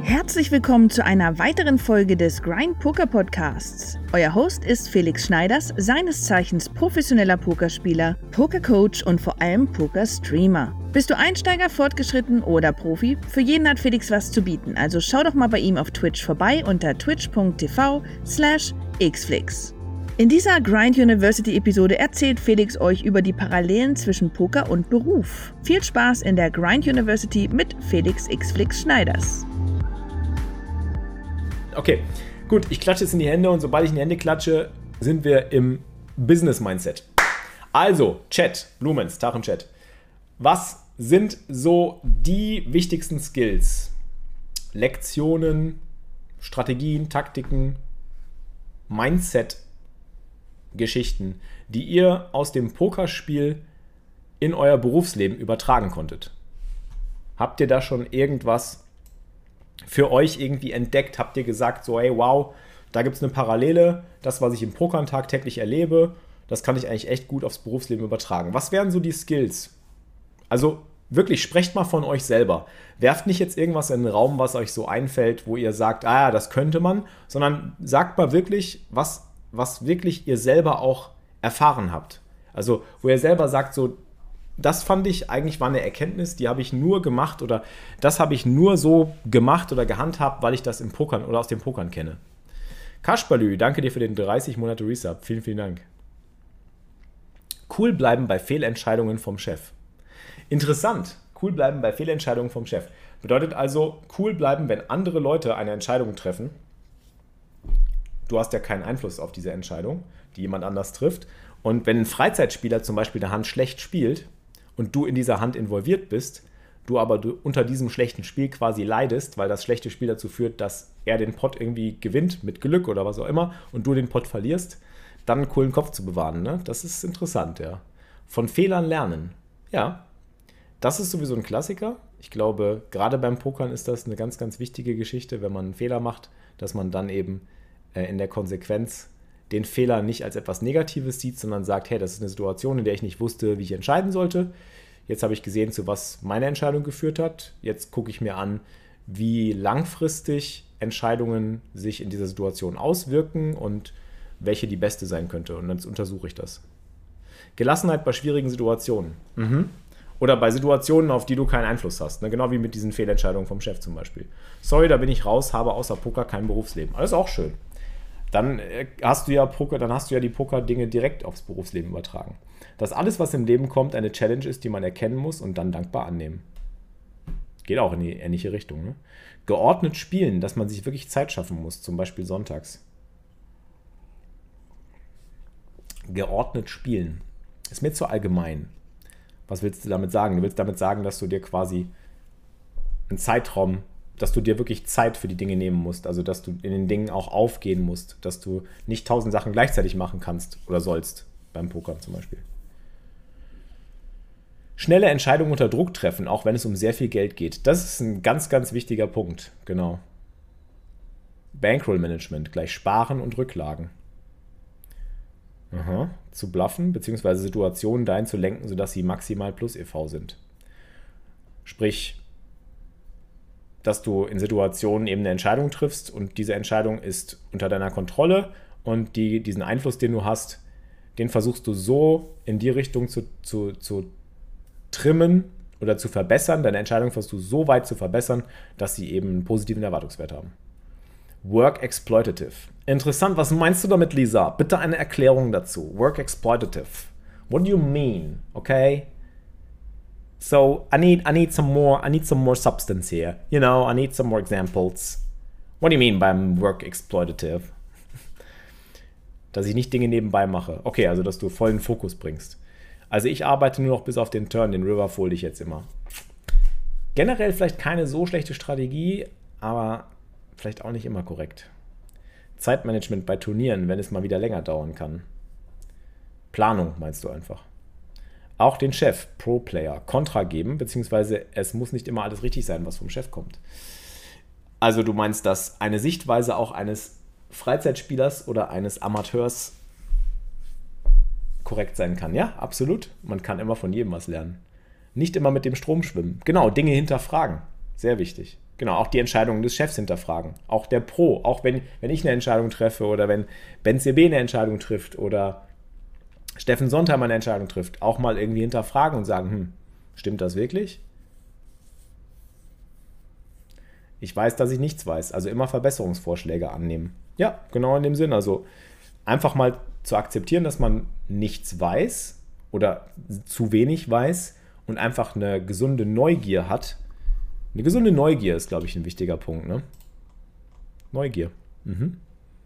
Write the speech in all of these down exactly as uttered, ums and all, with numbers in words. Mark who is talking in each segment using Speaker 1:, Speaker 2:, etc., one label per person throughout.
Speaker 1: Herzlich willkommen zu einer weiteren Folge des Grind Poker Podcasts. Euer Host ist Felix Schneiders, seines Zeichens professioneller Pokerspieler, Pokercoach und vor allem Pokerstreamer. Bist du Einsteiger, Fortgeschritten oder Profi? Für jeden hat Felix was zu bieten, also schau doch mal bei ihm auf Twitch vorbei unter twitch punkt t v slash xflix. In dieser Grind University Episode erzählt Felix euch über die Parallelen zwischen Poker und Beruf. Viel Spaß in der Grind University mit Felix Xflix Schneiders.
Speaker 2: Okay, gut, ich klatsche jetzt in die Hände und sobald ich in die Hände klatsche, sind wir im Business-Mindset. Also, Chat, Blumens, Tag im Chat. Was sind so die wichtigsten Skills, Lektionen, Strategien, Taktiken, Mindset-Geschichten, die ihr aus dem Pokerspiel in euer Berufsleben übertragen konntet? Habt ihr da schon irgendwas für euch irgendwie entdeckt? Habt ihr gesagt, so hey, wow, da gibt es eine Parallele, das, was ich im Pokern tagtäglich erlebe, das kann ich eigentlich echt gut aufs Berufsleben übertragen. Was wären so die Skills? Also wirklich, sprecht mal von euch selber. Werft nicht jetzt irgendwas in den Raum, was euch so einfällt, wo ihr sagt, ah ja, das könnte man, sondern sagt mal wirklich, was, was wirklich ihr selber auch erfahren habt. Also wo ihr selber sagt, so, das fand ich eigentlich war eine Erkenntnis, die habe ich nur gemacht oder das habe ich nur so gemacht oder gehandhabt, weil ich das im Pokern oder aus dem Pokern kenne. Kasperlü, danke dir für den dreißig Monate Resub. Vielen, vielen Dank. Cool bleiben bei Fehlentscheidungen vom Chef. Interessant. Cool bleiben bei Fehlentscheidungen vom Chef. Bedeutet also, cool bleiben, wenn andere Leute eine Entscheidung treffen. Du hast ja keinen Einfluss auf diese Entscheidung, die jemand anders trifft. Und wenn ein Freizeitspieler zum Beispiel eine Hand schlecht spielt, und du in dieser Hand involviert bist, du aber du unter diesem schlechten Spiel quasi leidest, weil das schlechte Spiel dazu führt, dass er den Pot irgendwie gewinnt mit Glück oder was auch immer und du den Pot verlierst, dann einen coolen Kopf zu bewahren. Ne? Das ist interessant, ja. Von Fehlern lernen. Ja, das ist sowieso ein Klassiker. Ich glaube, gerade beim Pokern ist das eine ganz, ganz wichtige Geschichte, wenn man einen Fehler macht, dass man dann eben äh, in der Konsequenz den Fehler nicht als etwas Negatives sieht, sondern sagt, hey, das ist eine Situation, in der ich nicht wusste, wie ich entscheiden sollte. Jetzt habe ich gesehen, zu was meine Entscheidung geführt hat. Jetzt gucke ich mir an, wie langfristig Entscheidungen sich in dieser Situation auswirken und welche die beste sein könnte. Und dann untersuche ich das. Gelassenheit bei schwierigen Situationen. Mhm. Oder bei Situationen, auf die du keinen Einfluss hast. Ne? Genau wie mit diesen Fehlentscheidungen vom Chef zum Beispiel. Sorry, da bin ich raus, habe außer Poker kein Berufsleben. Alles auch schön. Dann hast du ja Poker, dann hast du ja die Poker-Dinge direkt aufs Berufsleben übertragen. Dass alles, was im Leben kommt, eine Challenge ist, die man erkennen muss und dann dankbar annehmen. Geht auch in die ähnliche Richtung. Ne? Geordnet spielen, dass man sich wirklich Zeit schaffen muss, zum Beispiel sonntags. Geordnet spielen. Ist mir zu allgemein. Was willst du damit sagen? Du willst damit sagen, dass du dir quasi einen Zeitraum dass du dir wirklich Zeit für die Dinge nehmen musst, also dass du in den Dingen auch aufgehen musst, dass du nicht tausend Sachen gleichzeitig machen kannst oder sollst, beim Pokern zum Beispiel. Schnelle Entscheidungen unter Druck treffen, auch wenn es um sehr viel Geld geht. Das ist ein ganz, ganz wichtiger Punkt, genau. Bankroll-Management, gleich Sparen und Rücklagen. Aha. Zu bluffen, beziehungsweise Situationen dahin zu lenken, sodass sie maximal plus E V sind. Sprich, dass du in Situationen eben eine Entscheidung triffst und diese Entscheidung ist unter deiner Kontrolle und die, diesen Einfluss, den du hast, den versuchst du so in die Richtung zu, zu, zu trimmen oder zu verbessern. Deine Entscheidung versuchst du so weit zu verbessern, dass sie eben einen positiven Erwartungswert haben. Work Exploitative. Interessant, was meinst du damit, Lisa? Bitte eine Erklärung dazu. Work Exploitative. What do you mean? Okay? So I need I need some more I need some more substance here. You know, I need some more examples. What do you mean by work exploitative? Dass ich nicht Dinge nebenbei mache. Okay, also dass du vollen Fokus bringst. Also ich arbeite nur noch bis auf den Turn, den River fold ich jetzt immer. Generell vielleicht keine so schlechte Strategie, aber vielleicht auch nicht immer korrekt. Zeitmanagement bei Turnieren, wenn es mal wieder länger dauern kann. Planung meinst du einfach. Auch den Chef, Pro-Player, Kontra geben, beziehungsweise es muss nicht immer alles richtig sein, was vom Chef kommt. Also du meinst, dass eine Sichtweise auch eines Freizeitspielers oder eines Amateurs korrekt sein kann. Ja, absolut. Man kann immer von jedem was lernen. Nicht immer mit dem Strom schwimmen. Genau, Dinge hinterfragen. Sehr wichtig. Genau, auch die Entscheidungen des Chefs hinterfragen. Auch der Pro, auch wenn, wenn ich eine Entscheidung treffe oder wenn Ben C B eine Entscheidung trifft oder Steffen Sontheimer eine Entscheidung trifft, auch mal irgendwie hinterfragen und sagen, hm, stimmt das wirklich? Ich weiß, dass ich nichts weiß, also immer Verbesserungsvorschläge annehmen. Ja, genau in dem Sinn. Also einfach mal zu akzeptieren, dass man nichts weiß oder zu wenig weiß und einfach eine gesunde Neugier hat. Eine gesunde Neugier ist, glaube ich, ein wichtiger Punkt. Ne? Neugier. Mhm.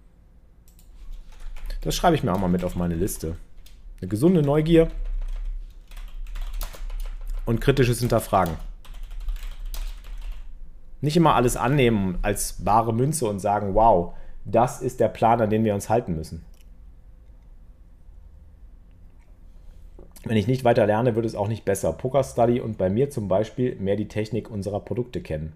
Speaker 2: Das schreibe ich mir auch mal mit auf meine Liste. Eine gesunde Neugier und kritisches Hinterfragen. Nicht immer alles annehmen als bare Münze und sagen, wow, das ist der Plan, an den wir uns halten müssen. Wenn ich nicht weiter lerne, wird es auch nicht besser. Poker Study und bei mir zum Beispiel mehr die Technik unserer Produkte kennen.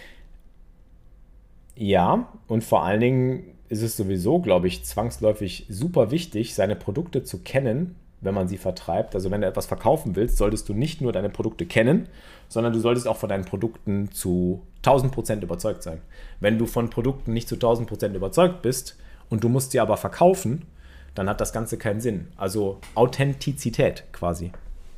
Speaker 2: Ja, und vor allen Dingen ist es sowieso, glaube ich, zwangsläufig super wichtig, seine Produkte zu kennen, wenn man sie vertreibt. Also wenn du etwas verkaufen willst, solltest du nicht nur deine Produkte kennen, sondern du solltest auch von deinen Produkten zu tausend Prozent überzeugt sein. Wenn du von Produkten nicht zu tausend Prozent überzeugt bist und du musst sie aber verkaufen, dann hat das Ganze keinen Sinn. Also Authentizität quasi.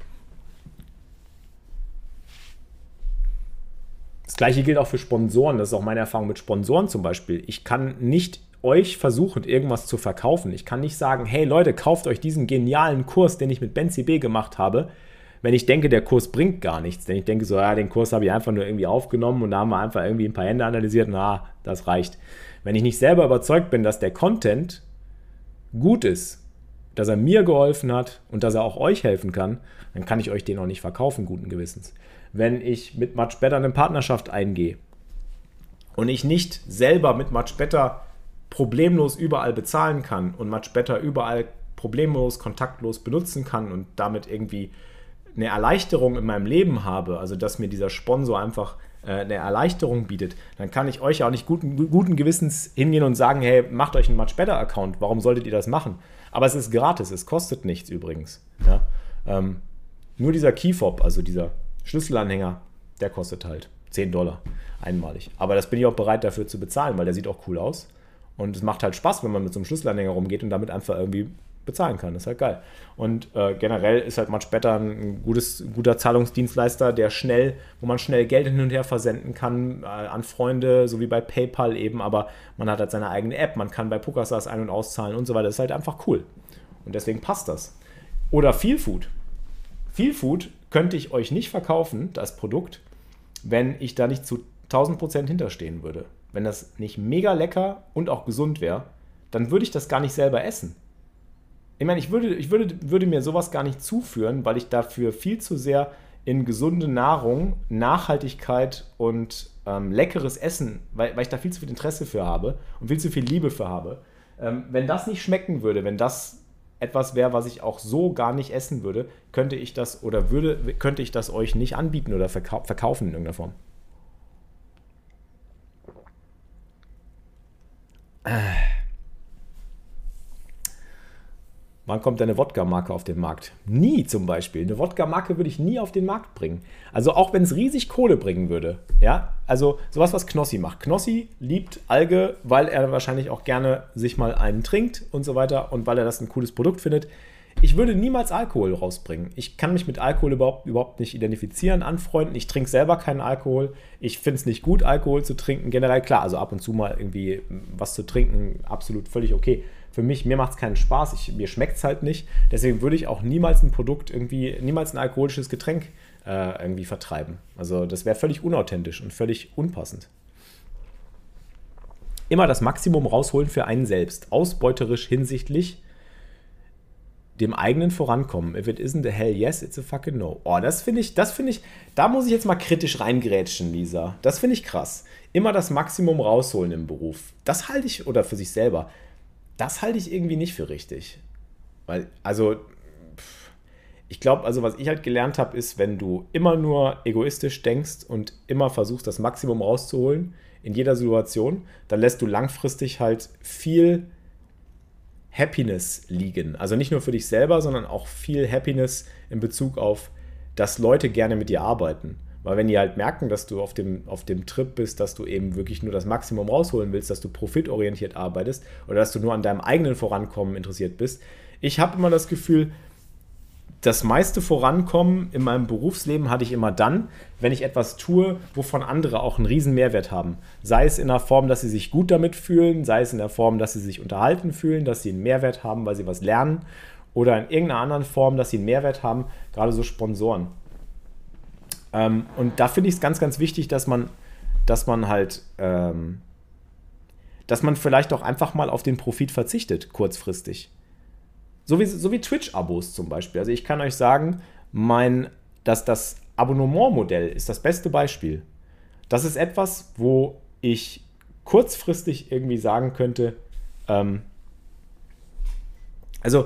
Speaker 2: Das Gleiche gilt auch für Sponsoren. Das ist auch meine Erfahrung mit Sponsoren zum Beispiel. Ich kann nicht euch versuchen, irgendwas zu verkaufen. Ich kann nicht sagen, hey Leute, kauft euch diesen genialen Kurs, den ich mit Ben C B gemacht habe, wenn ich denke, der Kurs bringt gar nichts. Denn ich denke so, ja, den Kurs habe ich einfach nur irgendwie aufgenommen und da haben wir einfach irgendwie ein paar Hände analysiert und na, das reicht. Wenn ich nicht selber überzeugt bin, dass der Content gut ist, dass er mir geholfen hat und dass er auch euch helfen kann, dann kann ich euch den auch nicht verkaufen, guten Gewissens. Wenn ich mit Much Better eine Partnerschaft eingehe und ich nicht selber mit Much Better problemlos überall bezahlen kann und Much Better überall problemlos, kontaktlos benutzen kann und damit irgendwie eine Erleichterung in meinem Leben habe, also dass mir dieser Sponsor einfach äh, eine Erleichterung bietet, dann kann ich euch auch nicht guten, guten Gewissens hingehen und sagen, hey, macht euch einen Much Better Account, warum solltet ihr das machen? Aber es ist gratis, es kostet nichts übrigens. Ja? Ähm, nur dieser Keyfob, also dieser Schlüsselanhänger, der kostet halt zehn Dollar einmalig. Aber das bin ich auch bereit dafür zu bezahlen, weil der sieht auch cool aus. Und es macht halt Spaß, wenn man mit so einem Schlüsselanhänger rumgeht und damit einfach irgendwie bezahlen kann. Das ist halt geil. Und äh, generell ist halt Much Better ein gutes, guter Zahlungsdienstleister, der schnell, wo man schnell Geld hin und her versenden kann äh, an Freunde, so wie bei PayPal eben, aber man hat halt seine eigene App, man kann bei PokerStars ein- und auszahlen und so weiter. Das ist halt einfach cool. Und deswegen passt das. Oder Feelfood. Feelfood könnte ich euch nicht verkaufen, das Produkt, wenn ich da nicht zu tausend Prozent hinterstehen würde. Wenn das nicht mega lecker und auch gesund wäre, dann würde ich das gar nicht selber essen. Ich meine, ich würde, ich würde, würde mir sowas gar nicht zuführen, weil ich dafür viel zu sehr in gesunde Nahrung, Nachhaltigkeit und ähm, leckeres Essen, weil, weil ich da viel zu viel Interesse für habe und viel zu viel Liebe für habe. Ähm, wenn das nicht schmecken würde, wenn das etwas wäre, was ich auch so gar nicht essen würde, könnte ich das oder würde, könnte ich das euch nicht anbieten oder verkau- verkaufen in irgendeiner Form. Wann kommt eine Wodka-Marke auf den Markt? Nie zum Beispiel. Eine Wodka-Marke würde ich nie auf den Markt bringen. Also auch wenn es riesig Kohle bringen würde. Ja, also sowas, was Knossi macht. Knossi liebt Alge, weil er wahrscheinlich auch gerne sich mal einen trinkt und so weiter und weil er das ein cooles Produkt findet. Ich würde niemals Alkohol rausbringen. Ich kann mich mit Alkohol überhaupt, überhaupt nicht identifizieren, anfreunden. Ich trinke selber keinen Alkohol. Ich finde es nicht gut, Alkohol zu trinken. Generell klar, also ab und zu mal irgendwie was zu trinken, absolut völlig okay. Für mich, mir macht es keinen Spaß, ich, mir schmeckt es halt nicht. Deswegen würde ich auch niemals ein Produkt irgendwie, niemals ein alkoholisches Getränk äh, irgendwie vertreiben. Also das wäre völlig unauthentisch und völlig unpassend. Immer das Maximum rausholen für einen selbst, ausbeuterisch hinsichtlich dem eigenen Vorankommen. If it isn't a hell yes, it's a fucking no. Oh, das finde ich, das finde ich, da muss ich jetzt mal kritisch reingrätschen, Lisa. Das finde ich krass. Immer das Maximum rausholen im Beruf. Das halte ich, oder für sich selber, das halte ich irgendwie nicht für richtig. Weil, also, ich glaube, also was ich halt gelernt habe, ist, wenn du immer nur egoistisch denkst und immer versuchst, das Maximum rauszuholen in jeder Situation, dann lässt du langfristig halt viel Happiness liegen. Also nicht nur für dich selber, sondern auch viel Happiness in Bezug auf, dass Leute gerne mit dir arbeiten. Weil wenn die halt merken, dass du auf dem, auf dem Trip bist, dass du eben wirklich nur das Maximum rausholen willst, dass du profitorientiert arbeitest oder dass du nur an deinem eigenen Vorankommen interessiert bist. Ich habe immer das Gefühl, das meiste Vorankommen in meinem Berufsleben hatte ich immer dann, wenn ich etwas tue, wovon andere auch einen riesen Mehrwert haben. Sei es in der Form, dass sie sich gut damit fühlen, sei es in der Form, dass sie sich unterhalten fühlen, dass sie einen Mehrwert haben, weil sie was lernen oder in irgendeiner anderen Form, dass sie einen Mehrwert haben, gerade so Sponsoren. Ähm, und da finde ich es ganz, ganz wichtig, dass man, dass man halt, ähm, dass man vielleicht auch einfach mal auf den Profit verzichtet, kurzfristig. So wie, so wie Twitch-Abos zum Beispiel. Also ich kann euch sagen, mein, dass das Abonnementmodell ist das beste Beispiel. Das ist etwas, wo ich kurzfristig irgendwie sagen könnte, ähm, also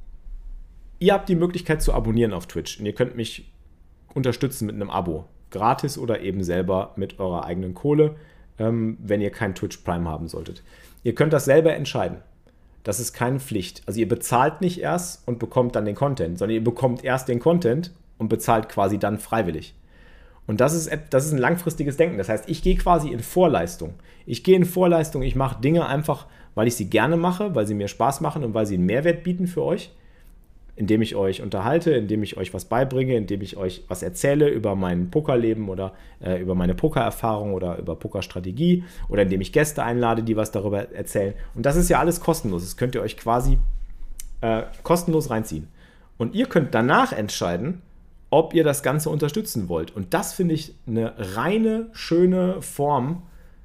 Speaker 2: ihr habt die Möglichkeit zu abonnieren auf Twitch und ihr könnt mich unterstützen mit einem Abo. Gratis oder eben selber mit eurer eigenen Kohle, ähm, wenn ihr kein Twitch Prime haben solltet. Ihr könnt das selber entscheiden. Das ist keine Pflicht. Also ihr bezahlt nicht erst und bekommt dann den Content, sondern ihr bekommt erst den Content und bezahlt quasi dann freiwillig. Und das ist, das ist ein langfristiges Denken. Das heißt, ich gehe quasi in Vorleistung. Ich gehe in Vorleistung, ich mache Dinge einfach, weil ich sie gerne mache, weil sie mir Spaß machen und weil sie einen Mehrwert bieten für euch, indem ich euch unterhalte, indem ich euch was beibringe, indem ich euch was erzähle über mein Pokerleben oder äh, über meine Pokererfahrung oder über Pokerstrategie oder indem ich Gäste einlade, die was darüber erzählen. Und das ist ja alles kostenlos. Das könnt ihr euch quasi äh, kostenlos reinziehen. Und ihr könnt danach entscheiden, ob ihr das Ganze unterstützen wollt. Und das finde ich eine reine, schöne Form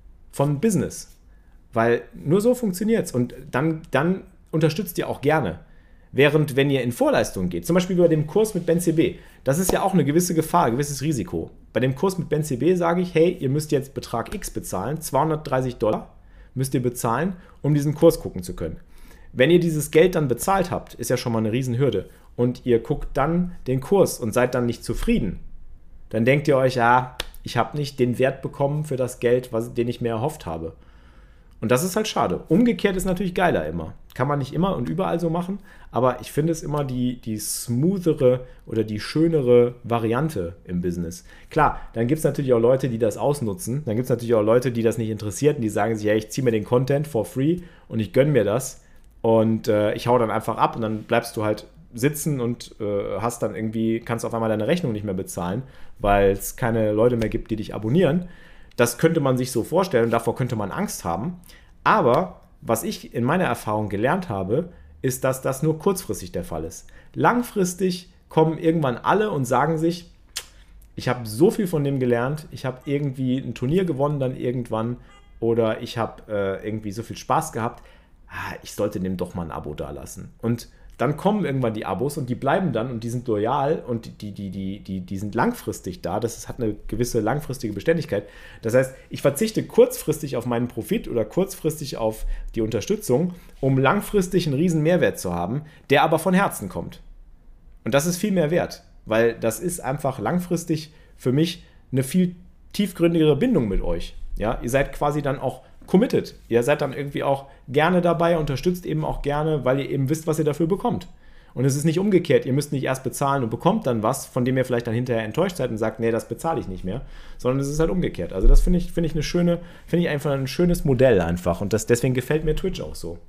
Speaker 2: von Business. Weil nur so funktioniert es. Und dann, dann unterstützt ihr auch gerne. Während, wenn ihr in Vorleistung geht, zum Beispiel bei dem Kurs mit Ben C B, das ist ja auch eine gewisse Gefahr, ein gewisses Risiko. Bei dem Kurs mit Ben C B sage ich, hey, ihr müsst jetzt Betrag X bezahlen, zweihundertdreißig Dollar müsst ihr bezahlen, um diesen Kurs gucken zu können. Wenn ihr dieses Geld dann bezahlt habt, ist ja schon mal eine Riesenhürde, und ihr guckt dann den Kurs und seid dann nicht zufrieden, dann denkt ihr euch, ja, ich habe nicht den Wert bekommen für das Geld, was, den ich mir erhofft habe. Und das ist halt schade. Umgekehrt ist natürlich geiler immer. Kann man nicht immer und überall so machen, aber ich finde es immer die, die smoothere oder die schönere Variante im Business. Klar, dann gibt es natürlich auch Leute, die das ausnutzen. Dann gibt es natürlich auch Leute, die das nicht interessiert und die sagen sich, ja, ich ziehe mir den Content for free und ich gönne mir das und äh, ich hau dann einfach ab und dann bleibst du halt sitzen und äh, hast dann irgendwie, kannst auf einmal deine Rechnung nicht mehr bezahlen, weil es keine Leute mehr gibt, die dich abonnieren. Das könnte man sich so vorstellen und davor könnte man Angst haben. Aber was ich in meiner Erfahrung gelernt habe, ist, dass das nur kurzfristig der Fall ist. Langfristig kommen irgendwann alle und sagen sich, ich habe so viel von dem gelernt, ich habe irgendwie ein Turnier gewonnen dann irgendwann oder ich habe äh, irgendwie so viel Spaß gehabt, ah, ich sollte dem doch mal ein Abo dalassen. Und dann kommen irgendwann die Abos und die bleiben dann und die sind loyal und die, die, die, die, die sind langfristig da. Das ist, hat eine gewisse langfristige Beständigkeit. Das heißt, ich verzichte kurzfristig auf meinen Profit oder kurzfristig auf die Unterstützung, um langfristig einen riesen Mehrwert zu haben, der aber von Herzen kommt. Und das ist viel mehr wert, weil das ist einfach langfristig für mich eine viel tiefgründigere Bindung mit euch. Ja, ihr seid quasi dann auch committed. Ihr seid dann irgendwie auch gerne dabei, unterstützt eben auch gerne, weil ihr eben wisst, was ihr dafür bekommt. Und es ist nicht umgekehrt, ihr müsst nicht erst bezahlen und bekommt dann was, von dem ihr vielleicht dann hinterher enttäuscht seid und sagt, nee, das bezahle ich nicht mehr, sondern es ist halt umgekehrt. Also das finde ich, finde ich eine schöne, finde ich einfach ein schönes Modell einfach und das, deswegen gefällt mir Twitch auch so.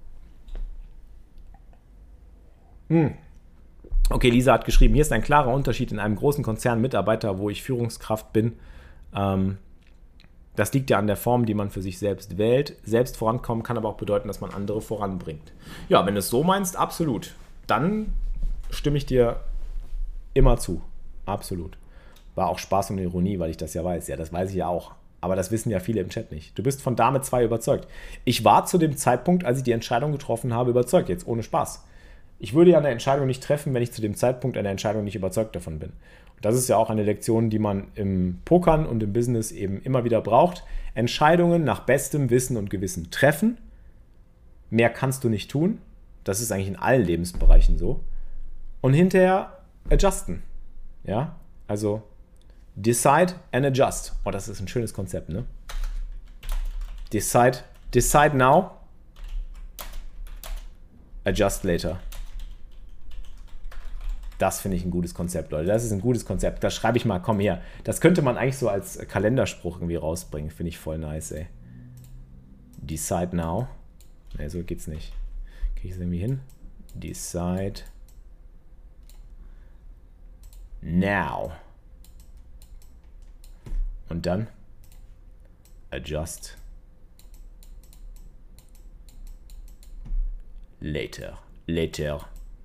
Speaker 2: Hm. Okay, Lisa hat geschrieben, hier ist ein klarer Unterschied in einem großen Konzern Mitarbeiter, wo ich Führungskraft bin. Ähm, Das liegt ja an der Form, die man für sich selbst wählt. Selbst vorankommen kann aber auch bedeuten, dass man andere voranbringt. Ja, wenn du es so meinst, absolut. Dann stimme ich dir immer zu. Absolut. War auch Spaß und Ironie, weil ich das ja weiß. Ja, das weiß ich ja auch. Aber das wissen ja viele im Chat nicht. Du bist von Dame zwei überzeugt. Ich war zu dem Zeitpunkt, als ich die Entscheidung getroffen habe, überzeugt. Jetzt ohne Spaß. Ich würde ja eine Entscheidung nicht treffen, wenn ich zu dem Zeitpunkt einer Entscheidung nicht überzeugt davon bin. Das ist ja auch eine Lektion, die man im Pokern und im Business eben immer wieder braucht. Entscheidungen nach bestem Wissen und Gewissen treffen. Mehr kannst du nicht tun. Das ist eigentlich in allen Lebensbereichen so. Und hinterher adjusten. Ja, also decide and adjust. Oh, das ist ein schönes Konzept, ne? Decide, decide now, adjust later. Das finde ich ein gutes Konzept, Leute. Das ist ein gutes Konzept. Das schreibe ich mal, komm her. Das könnte man eigentlich so als Kalenderspruch irgendwie rausbringen. Finde ich voll nice, ey. Decide now. Ne, so geht's nicht. Kriege ich das irgendwie hin? Decide now. Und dann adjust later. Later.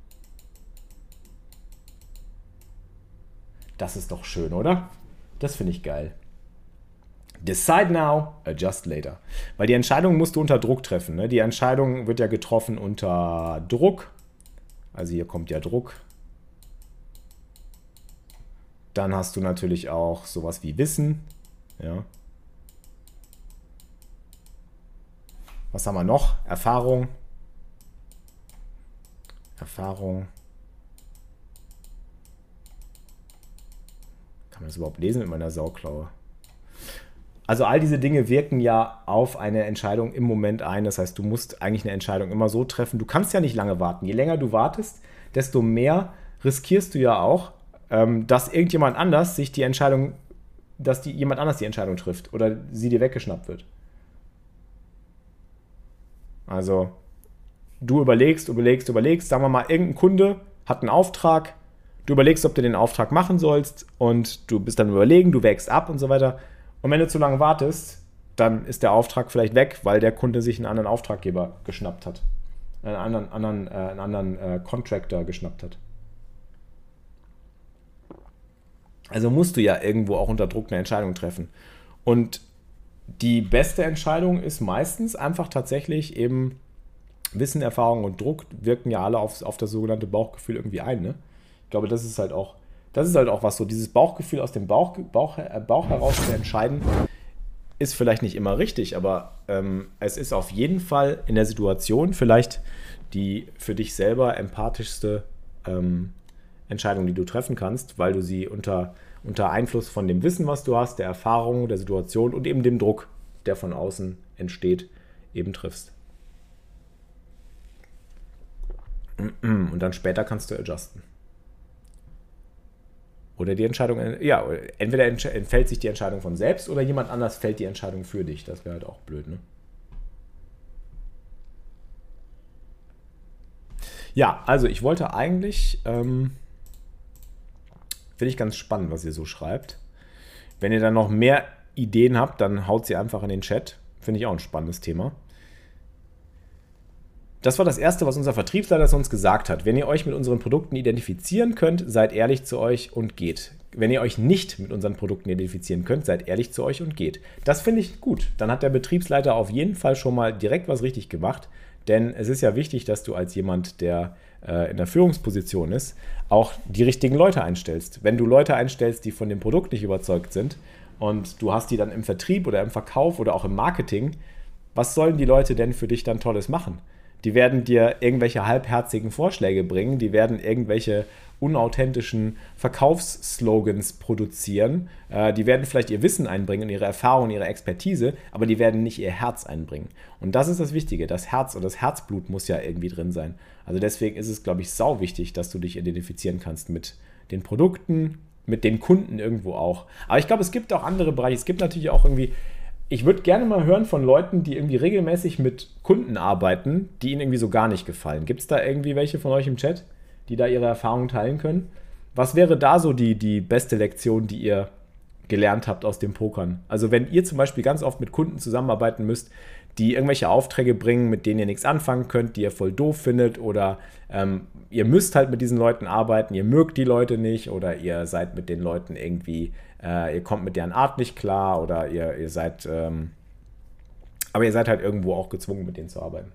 Speaker 2: Das ist doch schön, oder? Das finde ich geil. Decide now, adjust later. Weil die Entscheidung musst du unter Druck treffen. Ne? Die Entscheidung wird ja getroffen unter Druck. Also hier kommt ja Druck. Dann hast du natürlich auch sowas wie Wissen. Ja. Was haben wir noch? Erfahrung. Erfahrung. Kann man das überhaupt lesen mit meiner Sauklaue? Also all diese Dinge wirken ja auf eine Entscheidung im Moment ein. Das heißt, du musst eigentlich eine Entscheidung immer so treffen. Du kannst ja nicht lange warten. Je länger du wartest, desto mehr riskierst du ja auch, dass irgendjemand anders sich die Entscheidung, dass die, jemand anders die Entscheidung trifft oder sie dir weggeschnappt wird. Also du überlegst, überlegst, überlegst. Sagen wir mal, irgendein Kunde hat einen Auftrag. Du überlegst, ob du den Auftrag machen sollst und du bist dann überlegen, du wägst ab und so weiter. Und wenn du zu lange wartest, dann ist der Auftrag vielleicht weg, weil der Kunde sich einen anderen Auftraggeber geschnappt hat. Einen anderen, anderen, äh, einen anderen äh, Contractor geschnappt hat. Also musst du ja irgendwo auch unter Druck eine Entscheidung treffen. Und die beste Entscheidung ist meistens einfach tatsächlich eben Wissen, Erfahrung und Druck wirken ja alle auf, auf das sogenannte Bauchgefühl irgendwie ein, ne? Ich glaube, das ist halt auch, das ist halt auch was so, dieses Bauchgefühl aus dem Bauch, Bauch, äh, Bauch heraus zu entscheiden, ist vielleicht nicht immer richtig, aber ähm, es ist auf jeden Fall in der Situation vielleicht die für dich selber empathischste ähm, Entscheidung, die du treffen kannst, weil du sie unter, unter Einfluss von dem Wissen, was du hast, der Erfahrung, der Situation und eben dem Druck, der von außen entsteht, eben triffst. Und dann später kannst du adjusten. Oder die Entscheidung, ja, entweder entfällt sich die Entscheidung von selbst oder jemand anders fällt die Entscheidung für dich. Das wäre halt auch blöd, ne? Ja, also ich wollte eigentlich, ähm, finde ich ganz spannend, was ihr so schreibt. Wenn ihr dann noch mehr Ideen habt, dann haut sie einfach in den Chat. Finde ich auch ein spannendes Thema. Das war das Erste, was unser Vertriebsleiter uns gesagt hat. Wenn ihr euch mit unseren Produkten identifizieren könnt, seid ehrlich zu euch und geht. Wenn ihr euch nicht mit unseren Produkten identifizieren könnt, seid ehrlich zu euch und geht. Das finde ich gut. Dann hat der Betriebsleiter auf jeden Fall schon mal direkt was richtig gemacht. Denn es ist ja wichtig, dass du als jemand, der äh, in der Führungsposition ist, auch die richtigen Leute einstellst. Wenn du Leute einstellst, die von dem Produkt nicht überzeugt sind und du hast die dann im Vertrieb oder im Verkauf oder auch im Marketing, was sollen die Leute denn für dich dann Tolles machen? Die werden dir irgendwelche halbherzigen Vorschläge bringen, die werden irgendwelche unauthentischen Verkaufsslogans produzieren, äh, die werden vielleicht ihr Wissen einbringen, ihre Erfahrung, ihre Expertise, aber die werden nicht ihr Herz einbringen. Und das ist das Wichtige, das Herz und das Herzblut muss ja irgendwie drin sein. Also deswegen ist es, glaube ich, sau wichtig, dass du dich identifizieren kannst mit den Produkten, mit den Kunden irgendwo auch. Aber ich glaube, es gibt auch andere Bereiche, es gibt natürlich auch irgendwie. Ich würde gerne mal hören von Leuten, die irgendwie regelmäßig mit Kunden arbeiten, die ihnen irgendwie so gar nicht gefallen. Gibt es da irgendwie welche von euch im Chat, die da ihre Erfahrungen teilen können? Was wäre da so die, die beste Lektion, die ihr gelernt habt aus dem Pokern? Also wenn ihr zum Beispiel ganz oft mit Kunden zusammenarbeiten müsst, die irgendwelche Aufträge bringen, mit denen ihr nichts anfangen könnt, die ihr voll doof findet oder ähm, ihr müsst halt mit diesen Leuten arbeiten, ihr mögt die Leute nicht oder ihr seid mit den Leuten irgendwie, äh, ihr kommt mit deren Art nicht klar oder ihr, ihr seid, ähm, aber ihr seid halt irgendwo auch gezwungen, mit denen zu arbeiten.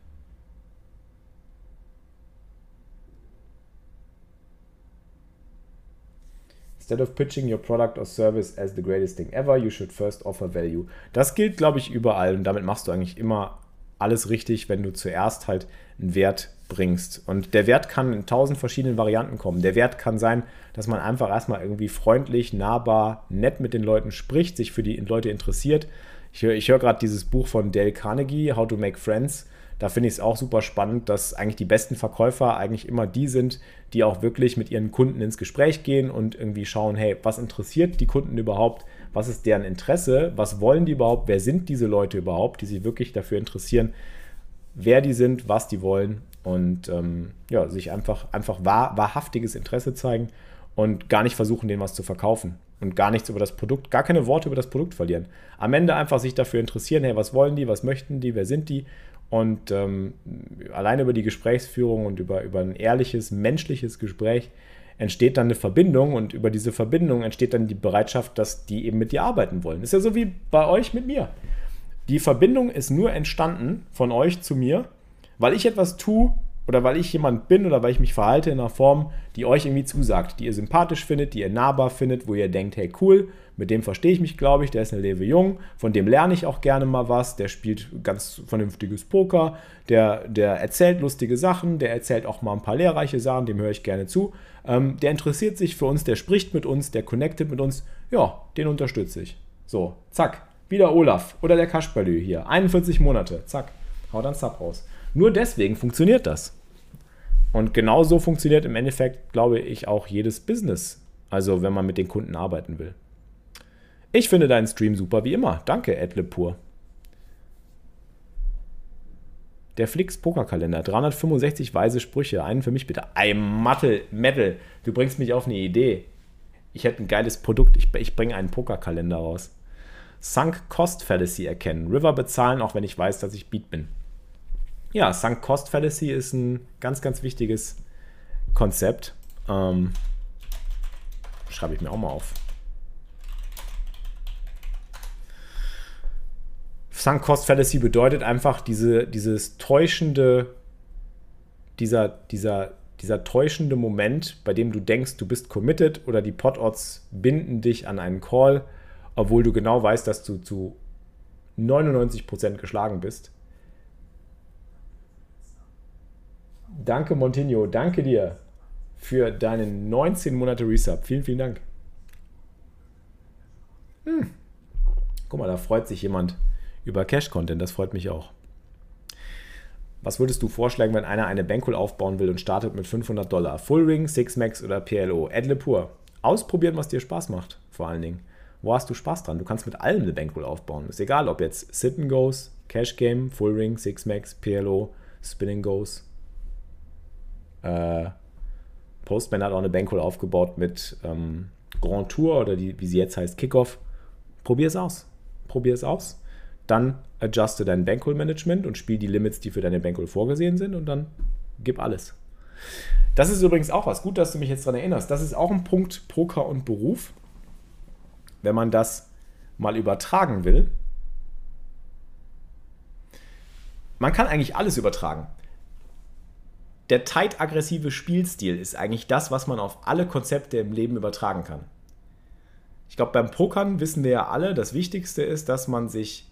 Speaker 2: Instead of pitching your product or service as the greatest thing ever, you should first offer value. Das gilt, glaube ich, überall und damit machst du eigentlich immer alles richtig, wenn du zuerst halt einen Wert bringst. Und der Wert kann in tausend verschiedenen Varianten kommen. Der Wert kann sein, dass man einfach erstmal irgendwie freundlich, nahbar, nett mit den Leuten spricht, sich für die Leute interessiert. Ich höre ich hör gerade dieses Buch von Dale Carnegie, How to Make Friends. Da finde ich es auch super spannend, dass eigentlich die besten Verkäufer eigentlich immer die sind, die auch wirklich mit ihren Kunden ins Gespräch gehen und irgendwie schauen, hey, was interessiert die Kunden überhaupt? Was ist deren Interesse? Was wollen die überhaupt? Wer sind diese Leute überhaupt, die sich wirklich dafür interessieren, wer die sind, was die wollen und ähm, ja, sich einfach, einfach wahr, wahrhaftiges Interesse zeigen und gar nicht versuchen, denen was zu verkaufen und gar nichts über das Produkt, gar keine Worte über das Produkt verlieren. Am Ende einfach sich dafür interessieren, hey, was wollen die, was möchten die, wer sind die? Und ähm, alleine über die Gesprächsführung und über, über ein ehrliches, menschliches Gespräch entsteht dann eine Verbindung und über diese Verbindung entsteht dann die Bereitschaft, dass die eben mit dir arbeiten wollen. Das ist ja so wie bei euch mit mir. Die Verbindung ist nur entstanden von euch zu mir, weil ich etwas tue oder weil ich jemand bin oder weil ich mich verhalte in einer Form, die euch irgendwie zusagt, die ihr sympathisch findet, die ihr nahbar findet, wo ihr denkt, hey cool, mit dem verstehe ich mich, glaube ich, der ist eine Lewe jung, von dem lerne ich auch gerne mal was, der spielt ganz vernünftiges Poker, der, der erzählt lustige Sachen, der erzählt auch mal ein paar lehrreiche Sachen, dem höre ich gerne zu, ähm, der interessiert sich für uns, der spricht mit uns, der connectet mit uns, ja, den unterstütze ich. So, zack. Wieder Olaf oder der Kasperlü hier. einundvierzig Monate. Zack. Haut dann Sub raus. Nur deswegen funktioniert das. Und genauso funktioniert im Endeffekt, glaube ich, auch jedes Business. Also, wenn man mit den Kunden arbeiten will. Ich finde deinen Stream super, wie immer. Danke, Edlepur. Der Flix Pokerkalender. dreihundertfünfundsechzig weise Sprüche. Einen für mich bitte. Ein Mattel, Metal. Du bringst mich auf eine Idee. Ich hätte ein geiles Produkt. Ich, ich bringe einen Pokerkalender raus. Sunk Cost Fallacy erkennen. River bezahlen, auch wenn ich weiß, dass ich Beat bin. Ja, Sunk Cost Fallacy ist ein ganz, ganz wichtiges Konzept. Ähm, schreibe ich mir auch mal auf. Sunk Cost Fallacy bedeutet einfach diese, dieses täuschende, dieser, dieser, dieser täuschende Moment, bei dem du denkst, du bist committed oder die Pot-Odds binden dich an einen Call, obwohl du genau weißt, dass du zu neunundneunzig Prozent geschlagen bist. Danke, Montinho, danke dir für deinen neunzehn Monate Resub. Vielen, vielen Dank. Hm. Guck mal, da freut sich jemand über Cash-Content, das freut mich auch. Was würdest du vorschlagen, wenn einer eine Bankroll aufbauen will und startet mit fünfhundert Dollar? Full Ring, Six Max oder P L O? Edlepur. Ausprobieren, was dir Spaß macht, vor allen Dingen. Wo hast du Spaß dran? Du kannst mit allem eine Bankroll aufbauen. Ist egal, ob jetzt Sit and Goes, Cash Game, Full Ring, Six Max, P L O, Spin and Goes. Äh, Postman hat auch eine Bankroll aufgebaut mit ähm, Grand Tour oder die, wie sie jetzt heißt, Kickoff. Probier es aus. Probier es aus. Dann adjuste dein Bankroll-Management und spiel die Limits, die für deine Bankroll vorgesehen sind und dann gib alles. Das ist übrigens auch was. Gut, dass du mich jetzt daran erinnerst. Das ist auch ein Punkt Poker und Beruf. Wenn man das mal übertragen will. Man kann eigentlich alles übertragen. Der tight-aggressive Spielstil ist eigentlich das, was man auf alle Konzepte im Leben übertragen kann. Ich glaube, beim Pokern wissen wir ja alle, das Wichtigste ist, dass man sich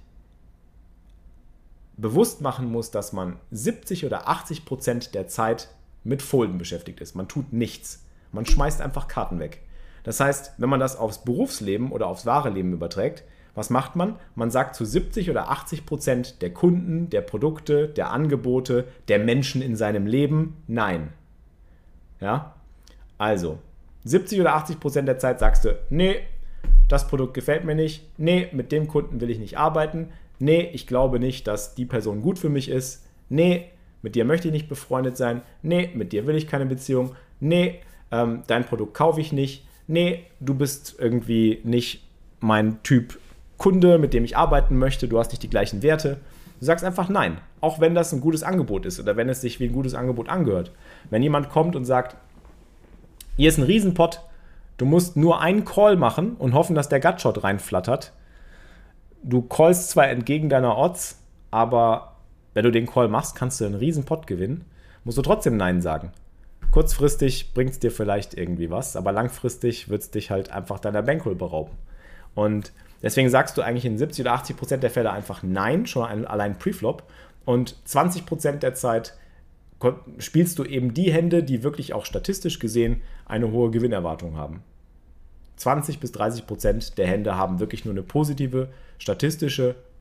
Speaker 2: bewusst machen muss, dass man siebzig oder achtzig Prozent der Zeit mit Folden beschäftigt ist. Man tut nichts. Man schmeißt einfach Karten weg. Das heißt, wenn man das aufs Berufsleben oder aufs wahre Leben überträgt, was macht man? Man sagt zu siebzig oder achtzig Prozent der Kunden, der Produkte, der Angebote, der Menschen in seinem Leben Nein. Ja? Also, siebzig oder achtzig Prozent der Zeit sagst du, nee, das Produkt gefällt mir nicht, nee, mit dem Kunden will ich nicht arbeiten, nee, ich glaube nicht, dass die Person gut für mich ist, nee, mit dir möchte ich nicht befreundet sein, nee, mit dir will ich keine Beziehung, nee, ähm, dein Produkt kaufe ich nicht, nee, du bist irgendwie nicht mein Typ Kunde, mit dem ich arbeiten möchte, du hast nicht die gleichen Werte. Du sagst einfach nein, auch wenn das ein gutes Angebot ist oder wenn es sich wie ein gutes Angebot angehört. Wenn jemand kommt und sagt, hier ist ein Riesenpot, du musst nur einen Call machen und hoffen, dass der Gutshot reinflattert. Du callst zwar entgegen deiner Odds, aber wenn du den Call machst, kannst du einen Riesenpot gewinnen, musst du trotzdem nein sagen. Kurzfristig bringt es dir vielleicht irgendwie was, aber langfristig wird es dich halt einfach deiner Bankroll berauben. Und deswegen sagst du eigentlich in siebzig oder achtzig Prozent der Fälle einfach nein, schon allein Preflop. Und zwanzig Prozent der Zeit spielst du eben die Hände, die wirklich auch statistisch gesehen eine hohe Gewinnerwartung haben. zwanzig bis dreißig Prozent der Hände haben wirklich nur eine positive, statistische,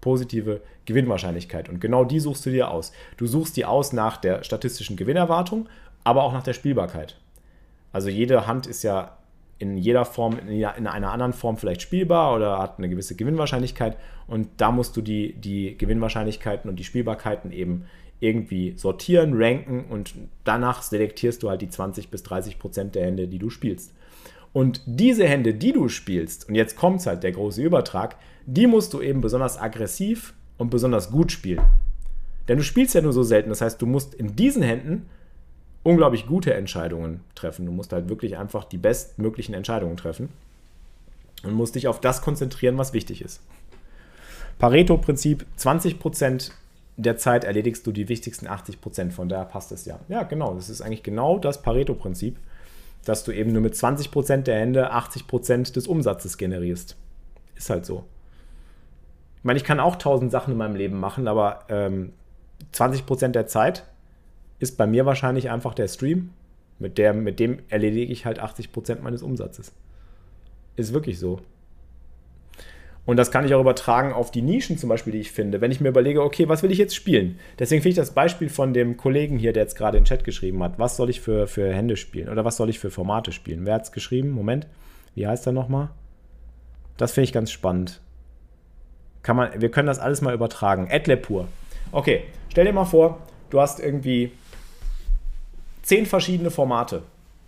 Speaker 2: positive Gewinnwahrscheinlichkeit. Und genau die suchst du dir aus. Du suchst die aus nach der statistischen Gewinnerwartung, aber auch nach der Spielbarkeit. Also jede Hand ist ja in jeder Form, in einer anderen Form vielleicht spielbar oder hat eine gewisse Gewinnwahrscheinlichkeit. Und da musst du die, die Gewinnwahrscheinlichkeiten und die Spielbarkeiten eben irgendwie sortieren, ranken und danach selektierst du halt die zwanzig bis dreißig Prozent der Hände, die du spielst. Und diese Hände, die du spielst, und jetzt kommt halt der große Übertrag, die musst du eben besonders aggressiv und besonders gut spielen. Denn du spielst ja nur so selten, das heißt, du musst in diesen Händen unglaublich gute Entscheidungen treffen. Du musst halt wirklich einfach die bestmöglichen Entscheidungen treffen und musst dich auf das konzentrieren, was wichtig ist. Pareto-Prinzip, zwanzig Prozent der Zeit erledigst du die wichtigsten achtzig Prozent, von daher passt es ja. Ja, genau, das ist eigentlich genau das Pareto-Prinzip, dass du eben nur mit zwanzig Prozent der Hände achtzig Prozent des Umsatzes generierst. Ist halt so. Ich meine, ich kann auch tausend Sachen in meinem Leben machen, aber ähm, zwanzig Prozent der Zeit ist bei mir wahrscheinlich einfach der Stream. Mit, der, mit dem erledige ich halt achtzig Prozent meines Umsatzes. Ist wirklich so. Und das kann ich auch übertragen auf die Nischen zum Beispiel, die ich finde. Wenn ich mir überlege, okay, was will ich jetzt spielen? Deswegen finde ich das Beispiel von dem Kollegen hier, der jetzt gerade in den Chat geschrieben hat. Was soll ich für, für Hände spielen? Oder was soll ich für Formate spielen? Wer hat es geschrieben? Moment. Wie heißt er nochmal? Das finde ich ganz spannend. Kann man, wir können das alles mal übertragen. Edlepur. Okay, stell dir mal vor, du hast irgendwie zehn verschiedene Formate.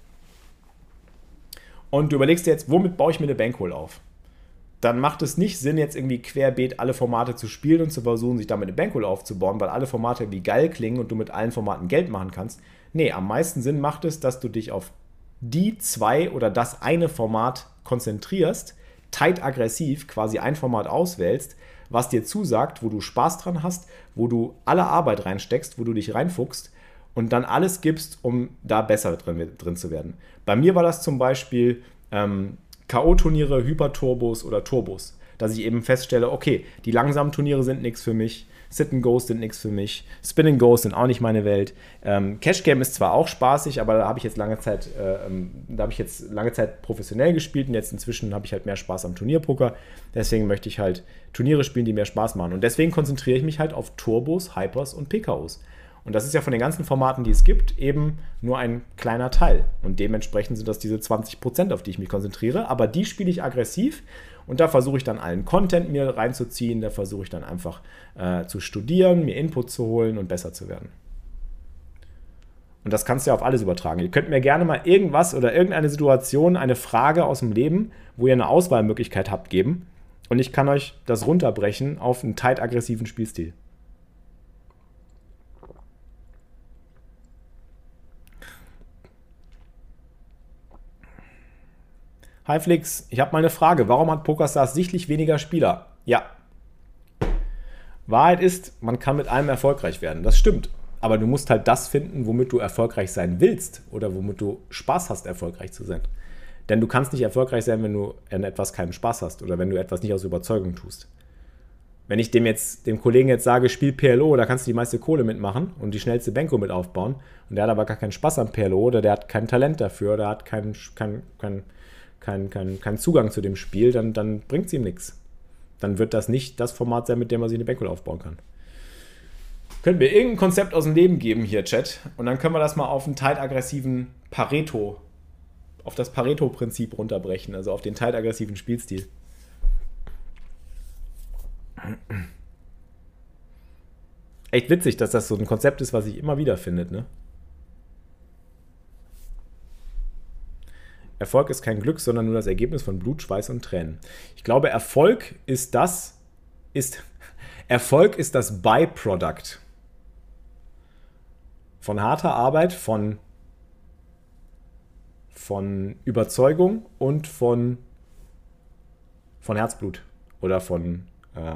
Speaker 2: Und du überlegst dir jetzt, womit baue ich mir eine Bankroll auf? Dann macht es nicht Sinn, jetzt irgendwie querbeet alle Formate zu spielen und zu versuchen, sich damit eine Bankroll aufzubauen, weil alle Formate irgendwie geil klingen und du mit allen Formaten Geld machen kannst. Nee, am meisten Sinn macht es, dass du dich auf die zwei oder das eine Format konzentrierst, tight aggressiv quasi ein Format auswählst, was dir zusagt, wo du Spaß dran hast, wo du alle Arbeit reinsteckst, wo du dich reinfuchst und dann alles gibst, um da besser drin, drin zu werden. Bei mir war das zum Beispiel ähm, K O-Turniere, Hyperturbos oder Turbos, dass ich eben feststelle, okay, die langsamen Turniere sind nichts für mich, Sit-and-Goes sind nichts für mich, Spin-and-Goes sind auch nicht meine Welt. Ähm, Cash-Game ist zwar auch spaßig, aber da habe ich jetzt lange Zeit, äh, da habe ich jetzt lange Zeit professionell gespielt und jetzt inzwischen habe ich halt mehr Spaß am Turnierpoker. Deswegen möchte ich halt Turniere spielen, die mehr Spaß machen. Und deswegen konzentriere ich mich halt auf Turbos, Hypers und P K Os. Und das ist ja von den ganzen Formaten, die es gibt, eben nur ein kleiner Teil. Und dementsprechend sind das diese zwanzig Prozent, auf die ich mich konzentriere. Aber die spiele ich aggressiv und da versuche ich dann allen Content mir reinzuziehen. Da versuche ich dann einfach äh, zu studieren, mir Input zu holen und besser zu werden. Und das kannst du ja auf alles übertragen. Ihr könnt mir gerne mal irgendwas oder irgendeine Situation, eine Frage aus dem Leben, wo ihr eine Auswahlmöglichkeit habt, geben. Und ich kann euch das runterbrechen auf einen tight aggressiven Spielstil. Hi Flix, ich habe mal eine Frage. Warum hat PokerStars sichtlich weniger Spieler? Ja. Wahrheit ist, man kann mit allem erfolgreich werden. Das stimmt. Aber du musst halt das finden, womit du erfolgreich sein willst oder womit du Spaß hast, erfolgreich zu sein. Denn du kannst nicht erfolgreich sein, wenn du an etwas keinen Spaß hast oder wenn du etwas nicht aus Überzeugung tust. Wenn ich dem jetzt, dem Kollegen jetzt sage, spiel P L O, da kannst du die meiste Kohle mitmachen und die schnellste Bankroll mit aufbauen und der hat aber gar keinen Spaß am P L O oder der hat kein Talent dafür oder hat keinen kein, kein, kein, kein, kein Zugang zu dem Spiel, dann, dann bringt es ihm nichts. Dann wird das nicht das Format sein, mit dem man sich eine Bankroll aufbauen kann. Können wir irgendein Konzept aus dem Leben geben hier, Chat, und dann können wir das mal auf einen tight-aggressiven Pareto, auf das Pareto-Prinzip runterbrechen, also auf den tight-aggressiven Spielstil. Echt witzig, dass das so ein Konzept ist, was sich immer wieder findet, ne? Erfolg ist kein Glück, sondern nur das Ergebnis von Blut, Schweiß und Tränen. Ich glaube, Erfolg ist das, ist, Erfolg ist das Byproduct von harter Arbeit, von, von Überzeugung und von, von Herzblut oder von äh,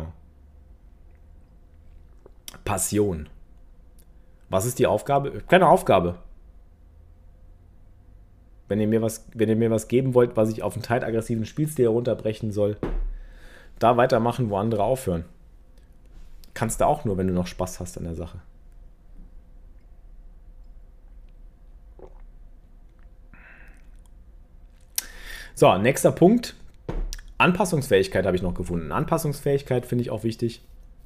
Speaker 2: Passion. Was ist die Aufgabe? Keine Aufgabe. Wenn ihr mir was, wenn ihr mir was geben wollt, was ich auf einen tight-aggressiven Spielstil herunterbrechen soll, da weitermachen, wo andere aufhören. Kannst du auch nur, wenn du noch Spaß hast an der Sache. So, nächster Punkt. Anpassungsfähigkeit habe ich noch gefunden. Anpassungsfähigkeit finde ich auch wichtig.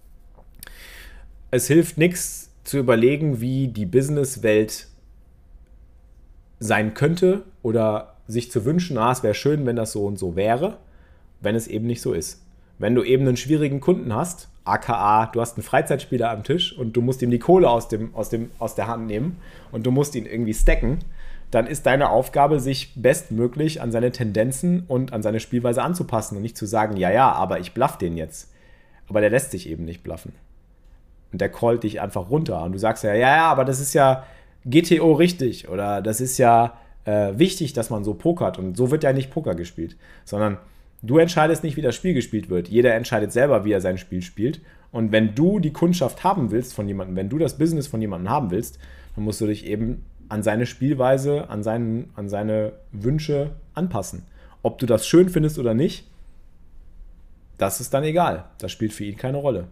Speaker 2: es hilft nichts zu überlegen, wie die Businesswelt sein könnte oder sich zu wünschen, ah, es wäre schön, wenn das so und so wäre, wenn es eben nicht so ist. Wenn du eben einen schwierigen Kunden hast, aka du hast einen Freizeitspieler am Tisch und du musst ihm die Kohle aus, dem, aus, dem, aus der Hand nehmen und du musst ihn irgendwie stacken, dann ist deine Aufgabe, sich bestmöglich an seine Tendenzen und an seine Spielweise anzupassen und nicht zu sagen, ja, ja, aber ich bluff den jetzt. Aber der lässt sich eben nicht bluffen. Und der callt dich einfach runter und du sagst ja, ja, ja, aber das ist ja G T O richtig oder das ist ja äh, wichtig, dass man so pokert und so wird ja nicht Poker gespielt, sondern du entscheidest nicht, wie das Spiel gespielt wird. Jeder entscheidet selber, wie er sein Spiel spielt. Und wenn du die Kundschaft haben willst von jemandem, wenn du das Business von jemandem haben willst, dann musst du dich eben an seine Spielweise, an, seinen, an seine Wünsche anpassen. Ob du das schön findest oder nicht, das ist dann egal. Das spielt für ihn keine Rolle.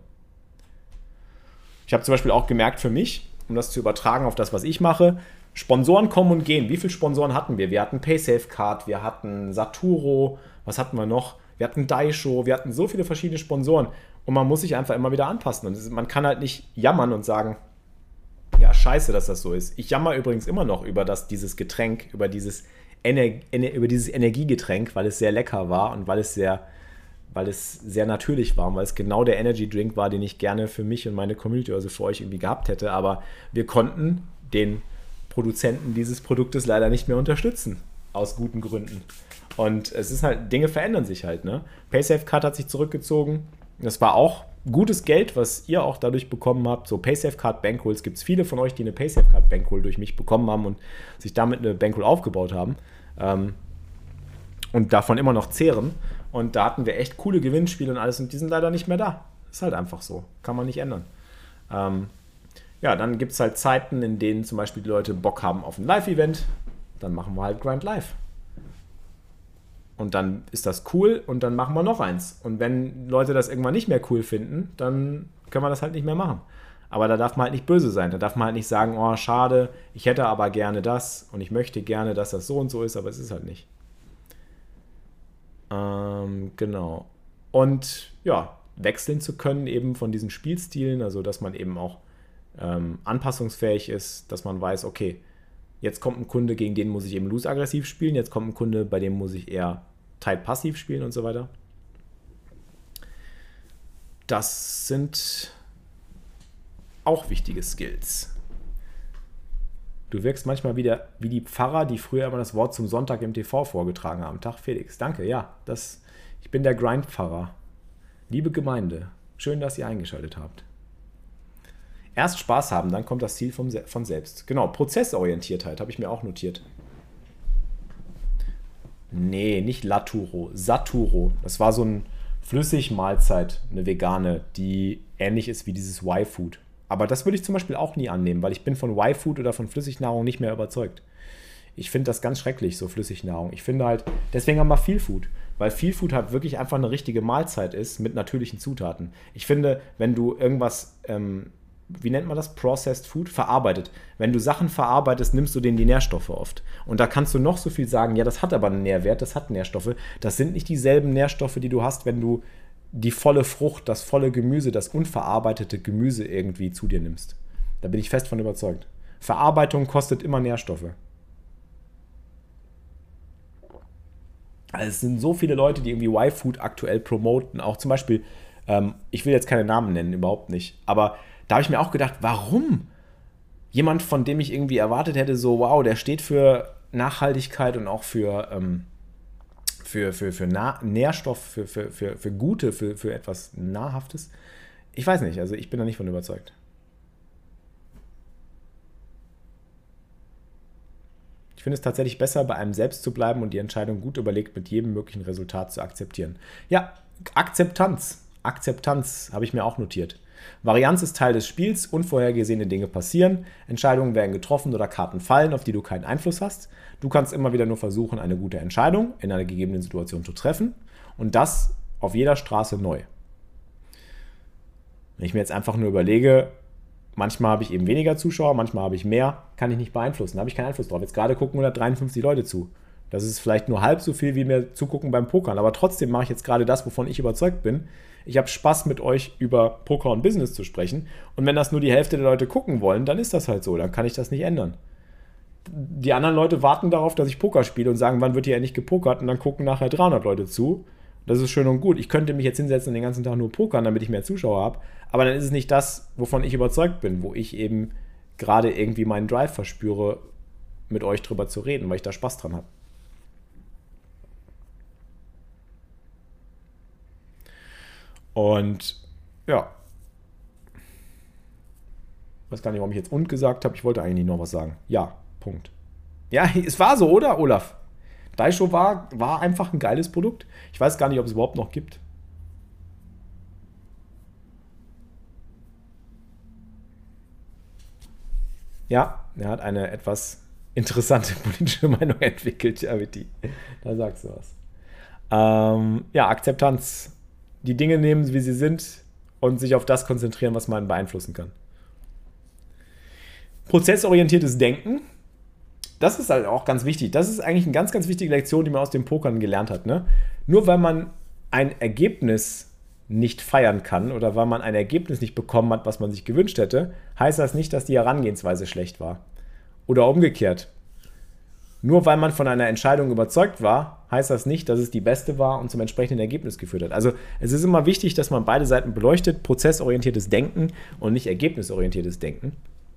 Speaker 2: Ich habe zum Beispiel auch gemerkt für mich, um das zu übertragen auf das, was ich mache, Sponsoren kommen und gehen. Wie viele Sponsoren hatten wir? Wir hatten PaySafeCard, wir hatten Saturo, was hatten wir noch? Wir hatten Daisho, wir hatten so viele verschiedene Sponsoren und man muss sich einfach immer wieder anpassen. Und man kann halt nicht jammern und sagen, ja, scheiße, dass das so ist. Ich jammer übrigens immer noch über das, dieses Getränk, über dieses, Ener- Ener- über dieses Energiegetränk, weil es sehr lecker war und weil es sehr, weil es sehr natürlich war und weil es genau der Energy Drink war, den ich gerne für mich und meine Community, also für euch irgendwie gehabt hätte. Aber wir konnten den Produzenten dieses Produktes leider nicht mehr unterstützen, aus guten Gründen. Und es ist halt, Dinge verändern sich halt, ne? PaySafeCard hat sich zurückgezogen. Das war auch gutes Geld, was ihr auch dadurch bekommen habt. So PaySafeCard Bankrolls gibt es viele von euch, die eine PaySafeCard Bankroll durch mich bekommen haben und sich damit eine Bankroll aufgebaut haben. Ähm, und davon immer noch zehren. Und da hatten wir echt coole Gewinnspiele und alles und die sind leider nicht mehr da. Ist halt einfach so. Kann man nicht ändern. Ähm, ja, dann gibt es halt Zeiten, in denen zum Beispiel die Leute Bock haben auf ein Live-Event. Dann machen wir halt Grind Live. Und dann ist das cool und dann machen wir noch eins. Und wenn Leute das irgendwann nicht mehr cool finden, dann können wir das halt nicht mehr machen. Aber da darf man halt nicht böse sein. Da darf man halt nicht sagen, oh, schade, ich hätte aber gerne das und ich möchte gerne, dass das so und so ist, aber es ist halt nicht. Ähm, genau. Und ja, wechseln zu können eben von diesen Spielstilen, also dass man eben auch ähm, anpassungsfähig ist, dass man weiß, okay, jetzt kommt ein Kunde, gegen den muss ich eben loose-aggressiv spielen, jetzt kommt ein Kunde, bei dem muss ich eher tight-passiv spielen und so weiter. Das sind auch wichtige Skills. Du wirkst manchmal wieder wie die Pfarrer, die früher immer das Wort zum Sonntag im T V vorgetragen haben. Tag Felix, danke, ja, das, ich bin der Grind-Pfarrer. Liebe Gemeinde, schön, dass ihr eingeschaltet habt. Erst Spaß haben, dann kommt das Ziel vom, von selbst. Genau, Prozessorientiertheit habe ich mir auch notiert. Nee, nicht Laturo, Saturo. Das war so eine Flüssigmahlzeit, eine vegane, die ähnlich ist wie dieses Y-Food. Aber das würde ich zum Beispiel auch nie annehmen, weil ich bin von Y-Food oder von Flüssignahrung nicht mehr überzeugt. Ich finde das ganz schrecklich, so Flüssignahrung. Ich finde halt, deswegen haben wir Feel Food, weil Feel Food halt wirklich einfach eine richtige Mahlzeit ist mit natürlichen Zutaten. Ich finde, wenn du irgendwas, ähm, wie nennt man das? Processed Food? Verarbeitet. Wenn du Sachen verarbeitest, nimmst du denen die Nährstoffe oft. Und da kannst du noch so viel sagen, ja, das hat aber einen Nährwert, das hat Nährstoffe. Das sind nicht dieselben Nährstoffe, die du hast, wenn du die volle Frucht, das volle Gemüse, das unverarbeitete Gemüse irgendwie zu dir nimmst. Da bin ich fest von überzeugt. Verarbeitung kostet immer Nährstoffe. Also es sind so viele Leute, die irgendwie Y-Food aktuell promoten. Auch zum Beispiel, ähm, ich will jetzt keine Namen nennen, überhaupt nicht. Aber da habe ich mir auch gedacht, warum? Jemand, von dem ich irgendwie erwartet hätte, so wow, der steht für Nachhaltigkeit und auch für, ähm, für, für, für Na- Nährstoff, für, für, für, für Gute, für, für etwas Nahrhaftes. Ich weiß nicht, also ich bin da nicht von überzeugt. Ich finde es tatsächlich besser, bei einem selbst zu bleiben und die Entscheidung gut überlegt mit jedem möglichen Resultat zu akzeptieren. Ja, Akzeptanz. Akzeptanz habe ich mir auch notiert. Varianz ist Teil des Spiels, unvorhergesehene Dinge passieren, Entscheidungen werden getroffen oder Karten fallen, auf die du keinen Einfluss hast. Du kannst immer wieder nur versuchen, eine gute Entscheidung in einer gegebenen Situation zu treffen und das auf jeder Straße neu. Wenn ich mir jetzt einfach nur überlege, manchmal habe ich eben weniger Zuschauer, manchmal habe ich mehr, kann ich nicht beeinflussen, da habe ich keinen Einfluss drauf. Jetzt gerade gucken hundertdreiundfünfzig Leute zu. Das ist vielleicht nur halb so viel, wie mir zugucken beim Pokern. Aber trotzdem mache ich jetzt gerade das, wovon ich überzeugt bin. Ich habe Spaß, mit euch über Poker und Business zu sprechen. Und wenn das nur die Hälfte der Leute gucken wollen, dann ist das halt so. Dann kann ich das nicht ändern. Die anderen Leute warten darauf, dass ich Poker spiele und sagen, wann wird hier endlich gepokert? Und dann gucken nachher dreihundert Leute zu. Das ist schön und gut. Ich könnte mich jetzt hinsetzen und den ganzen Tag nur pokern, damit ich mehr Zuschauer habe. Aber dann ist es nicht das, wovon ich überzeugt bin, wo ich eben gerade irgendwie meinen Drive verspüre, mit euch drüber zu reden, weil ich da Spaß dran habe. Und ja, ich weiß gar nicht, warum ich jetzt und gesagt habe. Ich wollte eigentlich noch was sagen. Ja, Punkt. Ja, es war so, oder, Olaf? Daisho war, war einfach ein geiles Produkt. Ich weiß gar nicht, ob es überhaupt noch gibt. Ja, er hat eine etwas interessante politische Meinung entwickelt, ja, Vitti. Da sagst du was. Ähm, ja, Akzeptanz. Die Dinge nehmen, wie sie sind und sich auf das konzentrieren, was man beeinflussen kann. Prozessorientiertes Denken. Das ist halt auch ganz wichtig. Das ist eigentlich eine ganz, ganz wichtige Lektion, die man aus dem Pokern gelernt hat. Ne? Nur weil man ein Ergebnis nicht feiern kann oder weil man ein Ergebnis nicht bekommen hat, was man sich gewünscht hätte, heißt das nicht, dass die Herangehensweise schlecht war. Oder umgekehrt. Nur weil man von einer Entscheidung überzeugt war, heißt das nicht, dass es die beste war und zum entsprechenden Ergebnis geführt hat. Also es ist immer wichtig, dass man beide Seiten beleuchtet, prozessorientiertes Denken und nicht ergebnisorientiertes Denken.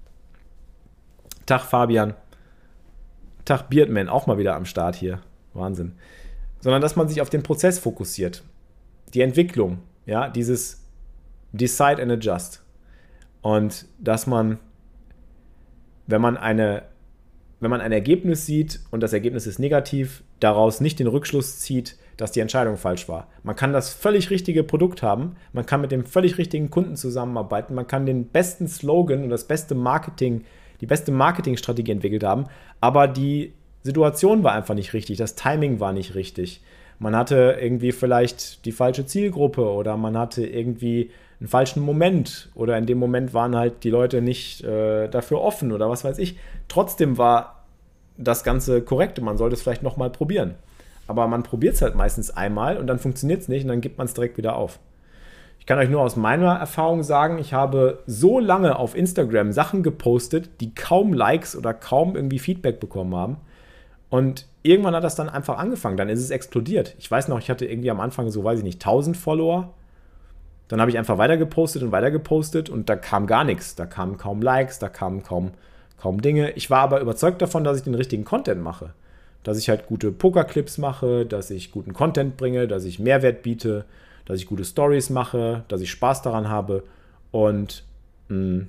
Speaker 2: Tag Fabian, Tag Beardman, auch mal wieder am Start hier, Wahnsinn. Sondern dass man sich auf den Prozess fokussiert, die Entwicklung, ja, dieses Decide and Adjust. Und dass man, wenn man eine Wenn man ein Ergebnis sieht und das Ergebnis ist negativ, daraus nicht den Rückschluss zieht, dass die Entscheidung falsch war. Man kann das völlig richtige Produkt haben, man kann mit dem völlig richtigen Kunden zusammenarbeiten, man kann den besten Slogan und das beste Marketing, die beste Marketingstrategie entwickelt haben, aber die Situation war einfach nicht richtig, das Timing war nicht richtig. Man hatte irgendwie vielleicht die falsche Zielgruppe oder man hatte irgendwie einen falschen Moment oder in dem Moment waren halt die Leute nicht äh, dafür offen oder was weiß ich. Trotzdem war das Ganze korrekt und man sollte es vielleicht nochmal probieren. Aber man probiert es halt meistens einmal und dann funktioniert es nicht und dann gibt man es direkt wieder auf. Ich kann euch nur aus meiner Erfahrung sagen, ich habe so lange auf Instagram Sachen gepostet, die kaum Likes oder kaum irgendwie Feedback bekommen haben. Und irgendwann hat das dann einfach angefangen, dann ist es explodiert. Ich weiß noch, ich hatte irgendwie am Anfang so, weiß ich nicht, tausend Follower. Dann habe ich einfach weiter gepostet und weiter gepostet und da kam gar nichts. Da kamen kaum Likes, da kamen kaum, kaum Dinge. Ich war aber überzeugt davon, dass ich den richtigen Content mache. Dass ich halt gute Pokerclips mache, dass ich guten Content bringe, dass ich Mehrwert biete, dass ich gute Stories mache, dass ich Spaß daran habe. Und mh,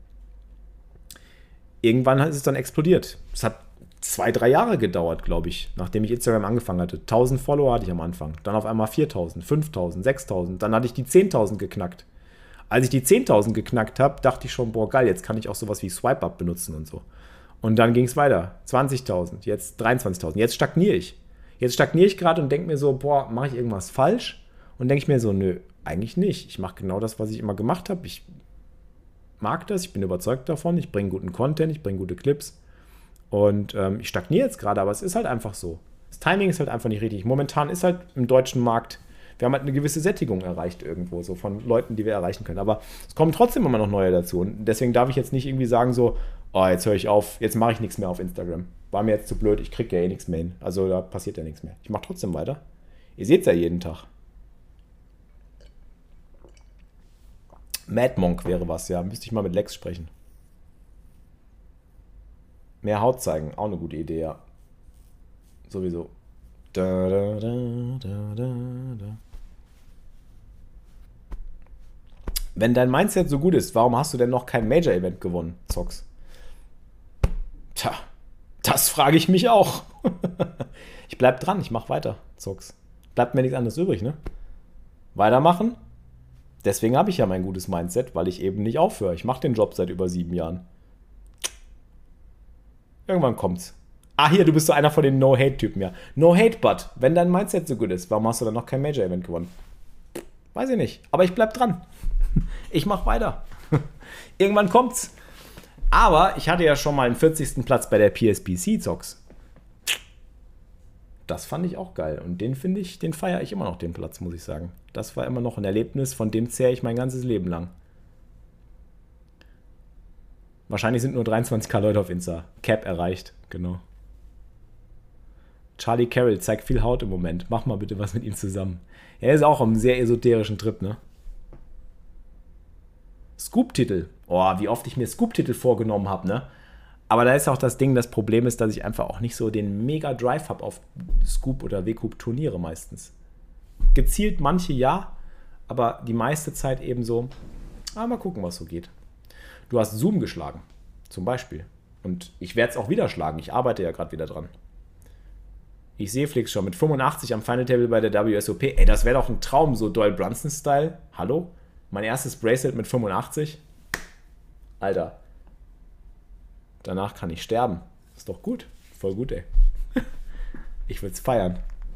Speaker 2: irgendwann ist es dann explodiert. Es hat zwei, drei Jahre gedauert, glaube ich, nachdem ich Instagram angefangen hatte. tausend Follower hatte ich am Anfang. Dann auf einmal viertausend, fünftausend, sechstausend. Dann hatte ich die zehntausend geknackt. Als ich die zehntausend geknackt habe, dachte ich schon, boah, geil, jetzt kann ich auch sowas wie Swipe-Up benutzen und so. Und dann ging es weiter. zwanzigtausend, jetzt dreiundzwanzigtausend. Jetzt stagniere ich. Jetzt stagniere ich gerade und denke mir so, boah, mache ich irgendwas falsch? Und denke ich mir so, nö, eigentlich nicht. Ich mache genau das, was ich immer gemacht habe. Ich mag das, ich bin überzeugt davon. Ich bringe guten Content, ich bringe gute Clips. Und ähm, ich stagniere jetzt gerade, aber es ist halt einfach so. Das Timing ist halt einfach nicht richtig. Momentan ist halt im deutschen Markt, wir haben halt eine gewisse Sättigung erreicht irgendwo, so von Leuten, die wir erreichen können. Aber es kommen trotzdem immer noch neue dazu. Und deswegen darf ich jetzt nicht irgendwie sagen so, oh, jetzt höre ich auf, jetzt mache ich nichts mehr auf Instagram. War mir jetzt zu blöd, ich kriege ja eh nichts mehr hin. Also da passiert ja nichts mehr. Ich mache trotzdem weiter. Ihr seht es ja jeden Tag. Mad Monk wäre was, ja. Müsste ich mal mit Lex sprechen. Mehr Haut zeigen, auch eine gute Idee, ja. Sowieso. Da, da, da, da, da, da. Wenn dein Mindset so gut ist, warum hast du denn noch kein Major-Event gewonnen, Zox? Tja, das frage ich mich auch. Ich bleib dran, ich mach weiter, Zox. Bleibt mir nichts anderes übrig, ne? Weitermachen. Deswegen habe ich ja mein gutes Mindset, weil ich eben nicht aufhöre. Ich mache den Job seit über sieben Jahren. Irgendwann kommt's. Ah, hier, du bist so einer von den No-Hate-Typen, ja. No-Hate, but, wenn dein Mindset so gut ist, warum hast du dann noch kein Major-Event gewonnen? Weiß ich nicht, aber ich bleib dran. Ich mach weiter. Irgendwann kommt's. Aber ich hatte ja schon mal einen vierzigsten Platz bei der P S P C, Zox. das fand ich auch geil. Und den finde ich, den feiere ich immer noch, den Platz, muss ich sagen. Das war immer noch ein Erlebnis, von dem zehre ich mein ganzes Leben lang. Wahrscheinlich sind nur dreiundzwanzigtausend Leute auf Insta. Cap erreicht, genau. Charlie Carroll zeigt viel Haut im Moment. Mach mal bitte was mit ihm zusammen. Er ist auch auf einem sehr esoterischen Trip, ne? Scoop-Titel. Oh, wie oft ich mir Scoop-Titel vorgenommen habe, ne? Aber da ist auch das Ding, das Problem ist, dass ich einfach auch nicht so den Mega-Drive habe auf Scoop- oder W-Cube-Turniere meistens. Gezielt manche ja, aber die meiste Zeit eben so, ah, mal gucken, was so geht. Du hast Zoom geschlagen, zum Beispiel. Und ich werde es auch wieder schlagen. Ich arbeite ja gerade wieder dran. Ich sehe Flix schon mit fünfundachtzig am Final Table bei der W S O P. Ey, das wäre doch ein Traum, so Doyle Brunson-Style. Hallo? Mein erstes Bracelet mit fünfundachtzig? Alter. Danach kann ich sterben. Ist doch gut. Voll gut, ey. Ich würde es feiern.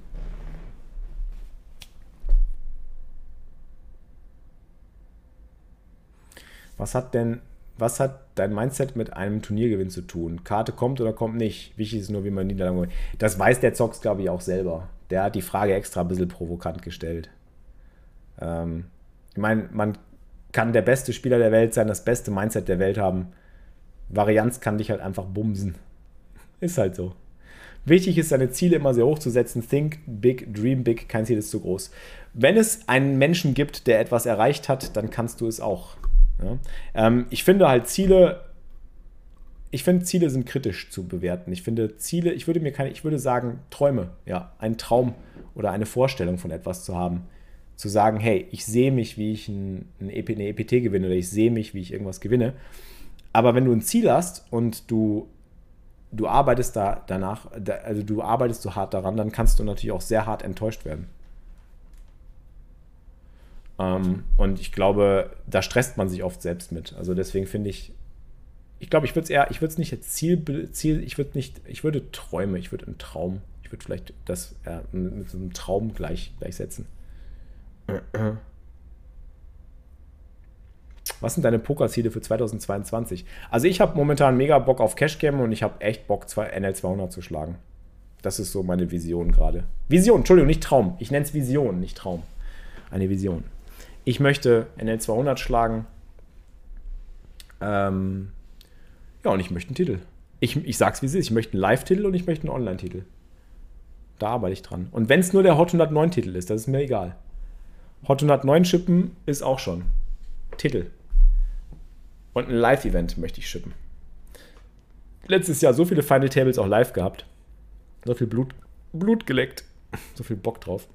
Speaker 2: Was hat denn, was hat dein Mindset mit einem Turniergewinn zu tun? Karte kommt oder kommt nicht? Wichtig ist nur, wie man Niederlagen. Das weiß der Zox, glaube ich, auch selber. Der hat die Frage extra ein bisschen provokant gestellt. Ähm, ich meine, man kann der beste Spieler der Welt sein, das beste Mindset der Welt haben. Varianz kann dich halt einfach bumsen. Ist halt so. Wichtig ist, seine Ziele immer sehr hoch zu setzen. Think big, dream big, kein Ziel ist zu groß. Wenn es einen Menschen gibt, der etwas erreicht hat, dann kannst du es auch. Ja? Ähm, ich finde halt Ziele, ich finde Ziele sind kritisch zu bewerten. Ich finde Ziele, ich würde mir keine, ich würde sagen Träume, ja, einen Traum oder eine Vorstellung von etwas zu haben. Zu sagen, hey, ich sehe mich, wie ich ein, ein E P, eine E P T gewinne oder ich sehe mich, wie ich irgendwas gewinne. Aber wenn du ein Ziel hast und du, du arbeitest da danach, also du arbeitest so hart daran, dann kannst du natürlich auch sehr hart enttäuscht werden. Ähm, und ich glaube, da stresst man sich oft selbst mit. Also deswegen finde ich, ich glaube, ich würde es eher, ich würde es nicht als Ziel, Ziel ich würde nicht, ich würde Träume, ich würde einen Traum, ich würde vielleicht das ja, mit so einem Traum gleich, gleichsetzen. Was sind deine Pokerziele für zweitausendzweiundzwanzig? Also ich habe momentan mega Bock auf Cashgame und ich habe echt Bock, N L zweihundert zu schlagen. Das ist so meine Vision gerade. Vision, Entschuldigung, nicht Traum. Ich nenne es Vision, nicht Traum. Eine Vision. Ich möchte N L zweihundert schlagen. Ähm ja, und ich möchte einen Titel. Ich, ich sag's wie es ist. Ich möchte einen Live-Titel und ich möchte einen Online-Titel. Da arbeite ich dran. Und wenn es nur der Hot hundertneun-Titel ist, das ist mir egal. Hot hundertneun shippen ist auch schon Titel. Und ein Live-Event möchte ich shippen. Letztes Jahr so viele Final Tables auch live gehabt. So viel Blut, Blut geleckt. So viel Bock drauf.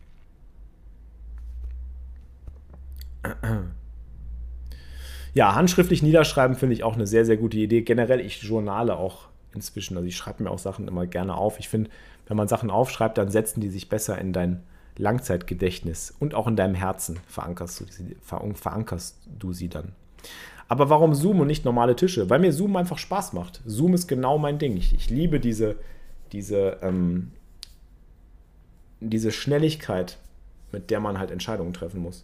Speaker 2: Ja, handschriftlich niederschreiben finde ich auch eine sehr, sehr gute Idee. Generell, ich journale auch inzwischen. Also ich schreibe mir auch Sachen immer gerne auf. Ich finde, wenn man Sachen aufschreibt, dann setzen die sich besser in dein Langzeitgedächtnis und auch in deinem Herzen verankerst du sie, verankerst du sie dann. Aber warum Zoom und nicht normale Tische? Weil mir Zoom einfach Spaß macht. Zoom ist genau mein Ding. Ich, ich liebe diese, diese, ähm, diese Schnelligkeit, mit der man halt Entscheidungen treffen muss.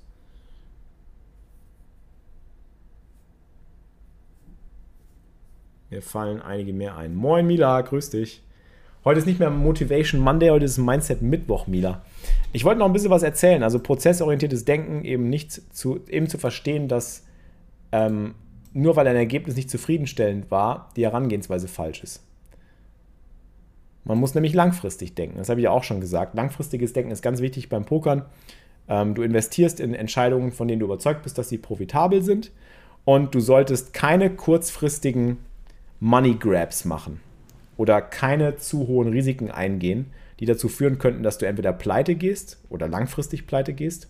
Speaker 2: Mir fallen einige mehr ein. Moin Mila, grüß dich. Heute ist nicht mehr Motivation Monday, heute ist Mindset Mittwoch, Mila. Ich wollte noch ein bisschen was erzählen. Also prozessorientiertes Denken, eben nicht zu, eben zu verstehen, dass ähm, nur weil ein Ergebnis nicht zufriedenstellend war, die Herangehensweise falsch ist. Man muss nämlich langfristig denken. Das habe ich ja auch schon gesagt. Langfristiges Denken ist ganz wichtig beim Pokern. Ähm, du investierst in Entscheidungen, von denen du überzeugt bist, dass sie profitabel sind. Und du solltest keine kurzfristigen Money Grabs machen oder keine zu hohen Risiken eingehen, die dazu führen könnten, dass du entweder pleite gehst oder langfristig pleite gehst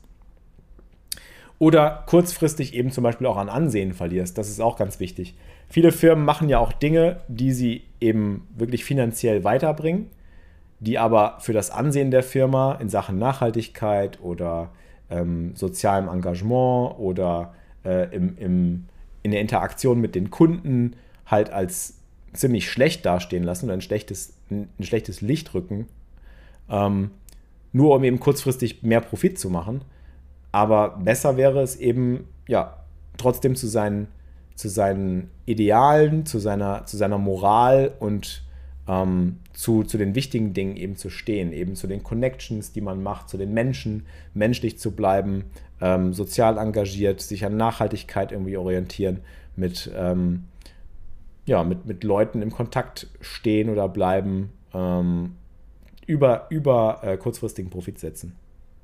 Speaker 2: oder kurzfristig eben zum Beispiel auch an Ansehen verlierst. Das ist auch ganz wichtig. Viele Firmen machen ja auch Dinge, die sie eben wirklich finanziell weiterbringen, die aber für das Ansehen der Firma in Sachen Nachhaltigkeit oder ähm, sozialem Engagement oder äh, im, im, in der Interaktion mit den Kunden halt als ziemlich schlecht dastehen lassen oder ein schlechtes, ein schlechtes Licht rücken, ähm, nur um eben kurzfristig mehr Profit zu machen. Aber besser wäre es eben, ja, trotzdem zu seinen, zu seinen Idealen, zu seiner, zu seiner Moral und ähm, zu, zu den wichtigen Dingen eben zu stehen, eben zu den Connections, die man macht, zu den Menschen, menschlich zu bleiben, ähm, sozial engagiert, sich an Nachhaltigkeit irgendwie orientieren, mit, ähm, ja, mit, mit Leuten im Kontakt stehen oder bleiben, ähm, über, über äh, kurzfristigen Profit setzen.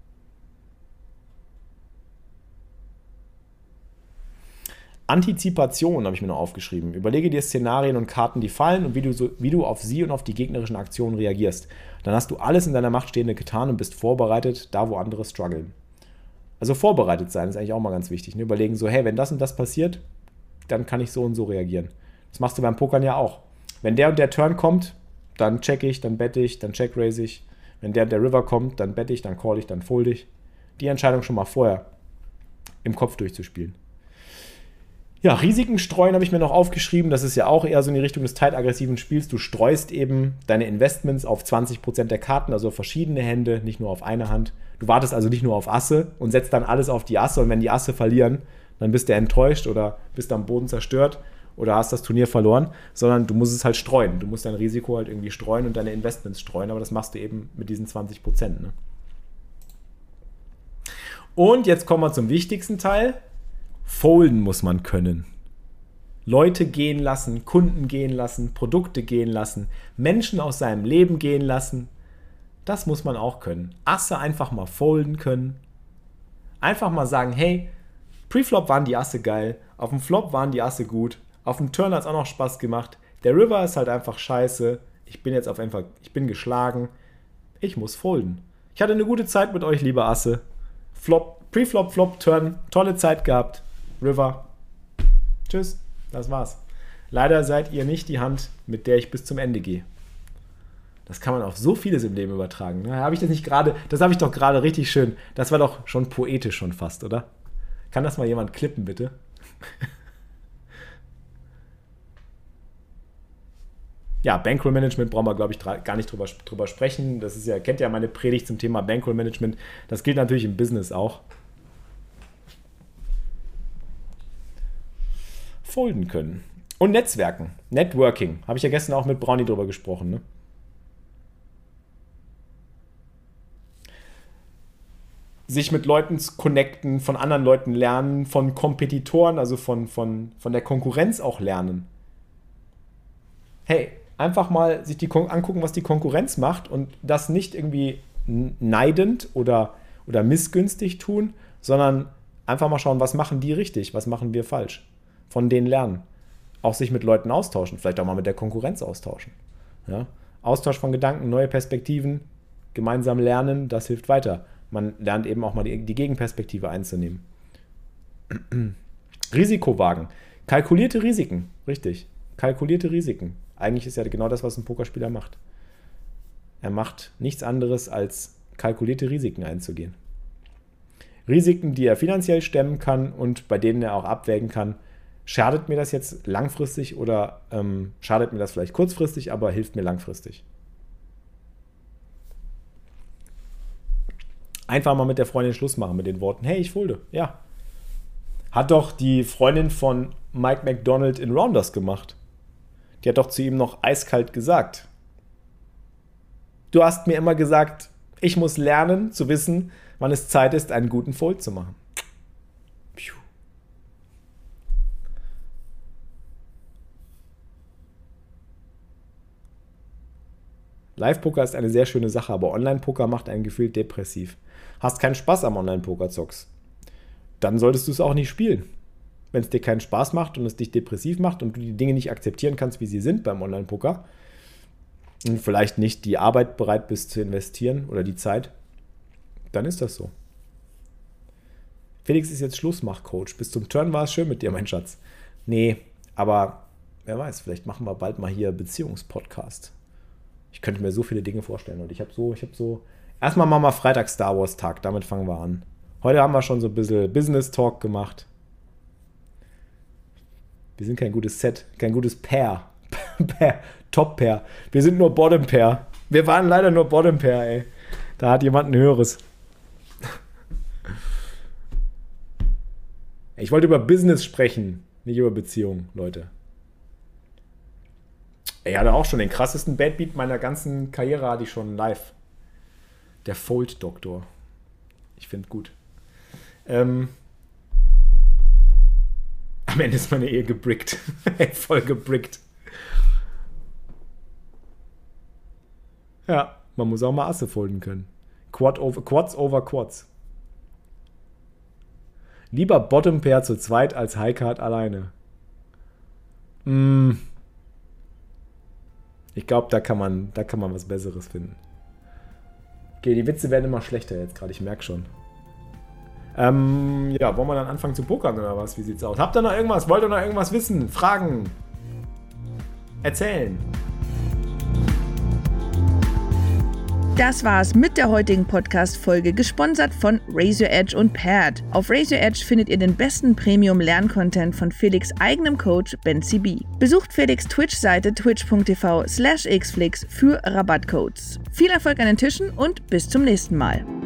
Speaker 2: Antizipation habe ich mir noch aufgeschrieben. Überlege dir Szenarien und Karten, die fallen und wie du, so, wie du auf sie und auf die gegnerischen Aktionen reagierst. Dann hast du alles in deiner Macht Stehende getan und bist vorbereitet, da wo andere strugglen. Also vorbereitet sein ist eigentlich auch mal ganz wichtig. Ne? Überlegen so, hey, wenn das und das passiert, dann kann ich so und so reagieren. Das machst du beim Pokern ja auch. Wenn der und der Turn kommt, dann check ich, dann bette ich, dann check raise ich. Wenn der und der River kommt, dann bette ich, dann call ich, dann fold ich. Die Entscheidung schon mal vorher im Kopf durchzuspielen. Ja, Risiken streuen habe ich mir noch aufgeschrieben. Das ist ja auch eher so in die Richtung des zeitaggressiven Spiels. Du streust eben deine Investments auf zwanzig Prozent der Karten, also auf verschiedene Hände, nicht nur auf eine Hand. Du wartest also nicht nur auf Asse und setzt dann alles auf die Asse. Und wenn die Asse verlieren, dann bist du enttäuscht oder bist am Boden zerstört oder hast das Turnier verloren. Sondern du musst es halt streuen. Du musst dein Risiko halt irgendwie streuen und deine Investments streuen. Aber das machst du eben mit diesen zwanzig Prozent. Ne? Und jetzt kommen wir zum wichtigsten Teil. Folden muss man können. Leute gehen lassen, Kunden gehen lassen, Produkte gehen lassen, Menschen aus seinem Leben gehen lassen. Das muss man auch können. Asse einfach mal folden können. Einfach mal sagen, hey, Preflop waren die Asse geil, auf dem Flop waren die Asse gut, auf dem Turn hat es auch noch Spaß gemacht. Der River ist halt einfach scheiße. Ich bin jetzt auf einfach, ich bin geschlagen. Ich muss folden. Ich hatte eine gute Zeit mit euch, liebe Asse. Flop, Preflop, Flop, Turn, tolle Zeit gehabt. River, tschüss, das war's. Leider seid ihr nicht die Hand, mit der ich bis zum Ende gehe. Das kann man auf so vieles im Leben übertragen. Ne? Habe ich das nicht gerade, das habe ich doch gerade richtig schön, das war doch schon poetisch schon fast, oder? Kann das mal jemand klippen, bitte? Ja, Bankroll Management brauchen wir, glaube ich, gar nicht drüber, drüber sprechen. Das ist ja, kennt ja meine Predigt zum Thema Bankroll Management. Das gilt natürlich im Business auch. Folden können. Und Netzwerken. Networking. Habe ich ja gestern auch mit Brownie drüber gesprochen. Ne? Sich mit Leuten connecten, von anderen Leuten lernen, von Kompetitoren, also von, von, von der Konkurrenz auch lernen. Hey, einfach mal sich die Kon- angucken, was die Konkurrenz macht und das nicht irgendwie neidend oder, oder missgünstig tun, sondern einfach mal schauen, was machen die richtig, was machen wir falsch. Von denen lernen. Auch sich mit Leuten austauschen, vielleicht auch mal mit der Konkurrenz austauschen. Ja? Austausch von Gedanken, neue Perspektiven, gemeinsam lernen, das hilft weiter. Man lernt eben auch mal die, die Gegenperspektive einzunehmen. Risiko wagen. Kalkulierte Risiken, richtig. Kalkulierte Risiken. Eigentlich ist ja genau das, was ein Pokerspieler macht. Er macht nichts anderes, als kalkulierte Risiken einzugehen. Risiken, die er finanziell stemmen kann und bei denen er auch abwägen kann, schadet mir das jetzt langfristig oder ähm, schadet mir das vielleicht kurzfristig, aber hilft mir langfristig. Einfach mal mit der Freundin Schluss machen mit den Worten, hey, ich folde. Ja. Hat doch die Freundin von Mike McDonald in Rounders gemacht. Die hat doch zu ihm noch eiskalt gesagt. Du hast mir immer gesagt, ich muss lernen zu wissen, wann es Zeit ist, einen guten Fold zu machen. Piu. Live-Poker ist eine sehr schöne Sache, aber Online-Poker macht einen gefühlt depressiv. Hast keinen Spaß am Online-Poker-Zocks, dann solltest du es auch nicht spielen. Wenn es dir keinen Spaß macht und es dich depressiv macht und du die Dinge nicht akzeptieren kannst, wie sie sind beim Online-Poker und vielleicht nicht die Arbeit bereit bist zu investieren oder die Zeit, dann ist das so. Felix ist jetzt Schlussmach-Coach. Bis zum Turn war es schön mit dir, mein Schatz. Nee, aber wer weiß, vielleicht machen wir bald mal hier Beziehungspodcast. Ich könnte mir so viele Dinge vorstellen und ich habe so, ich habe so, erstmal machen wir Freitag Star Wars Tag, damit fangen wir an. Heute haben wir schon so ein bisschen Business Talk gemacht. Wir sind kein gutes Set, kein gutes Pair. Pair. Top Pair. Wir sind nur Bottom Pair. Wir waren leider nur Bottom Pair, ey. Da hat jemand ein höheres. Ich wollte über Business sprechen, nicht über Beziehungen, Leute. Er hatte auch schon den krassesten Bad Beat meiner ganzen Karriere, hatte ich schon live. Der Fold-Doktor. Ich finde gut. Ähm, am Ende ist meine Ehe gebrickt. Voll gebrickt. Ja, man muss auch mal Asse folden können. Quad over, Quads over Quads. Lieber Bottom Pair zu zweit als High Card alleine. Mm. Ich glaube, da kann man, da kann man was Besseres finden. Okay, die Witze werden immer schlechter jetzt gerade, ich merke schon. Ähm, ja, wollen wir dann anfangen zu pokern oder was? Wie sieht's aus? Habt ihr noch irgendwas? Wollt ihr noch irgendwas wissen? Fragen? Erzählen?
Speaker 1: Das war's mit der heutigen Podcast-Folge, gesponsert von Razor Edge und Paired. Auf Razor Edge findet ihr den besten Premium-Lern-Content von Felix' eigenem Coach Ben C B. Besucht Felix' Twitch-Seite twitch punkt t v slash xflix für Rabattcodes. Viel Erfolg an den Tischen und bis zum nächsten Mal.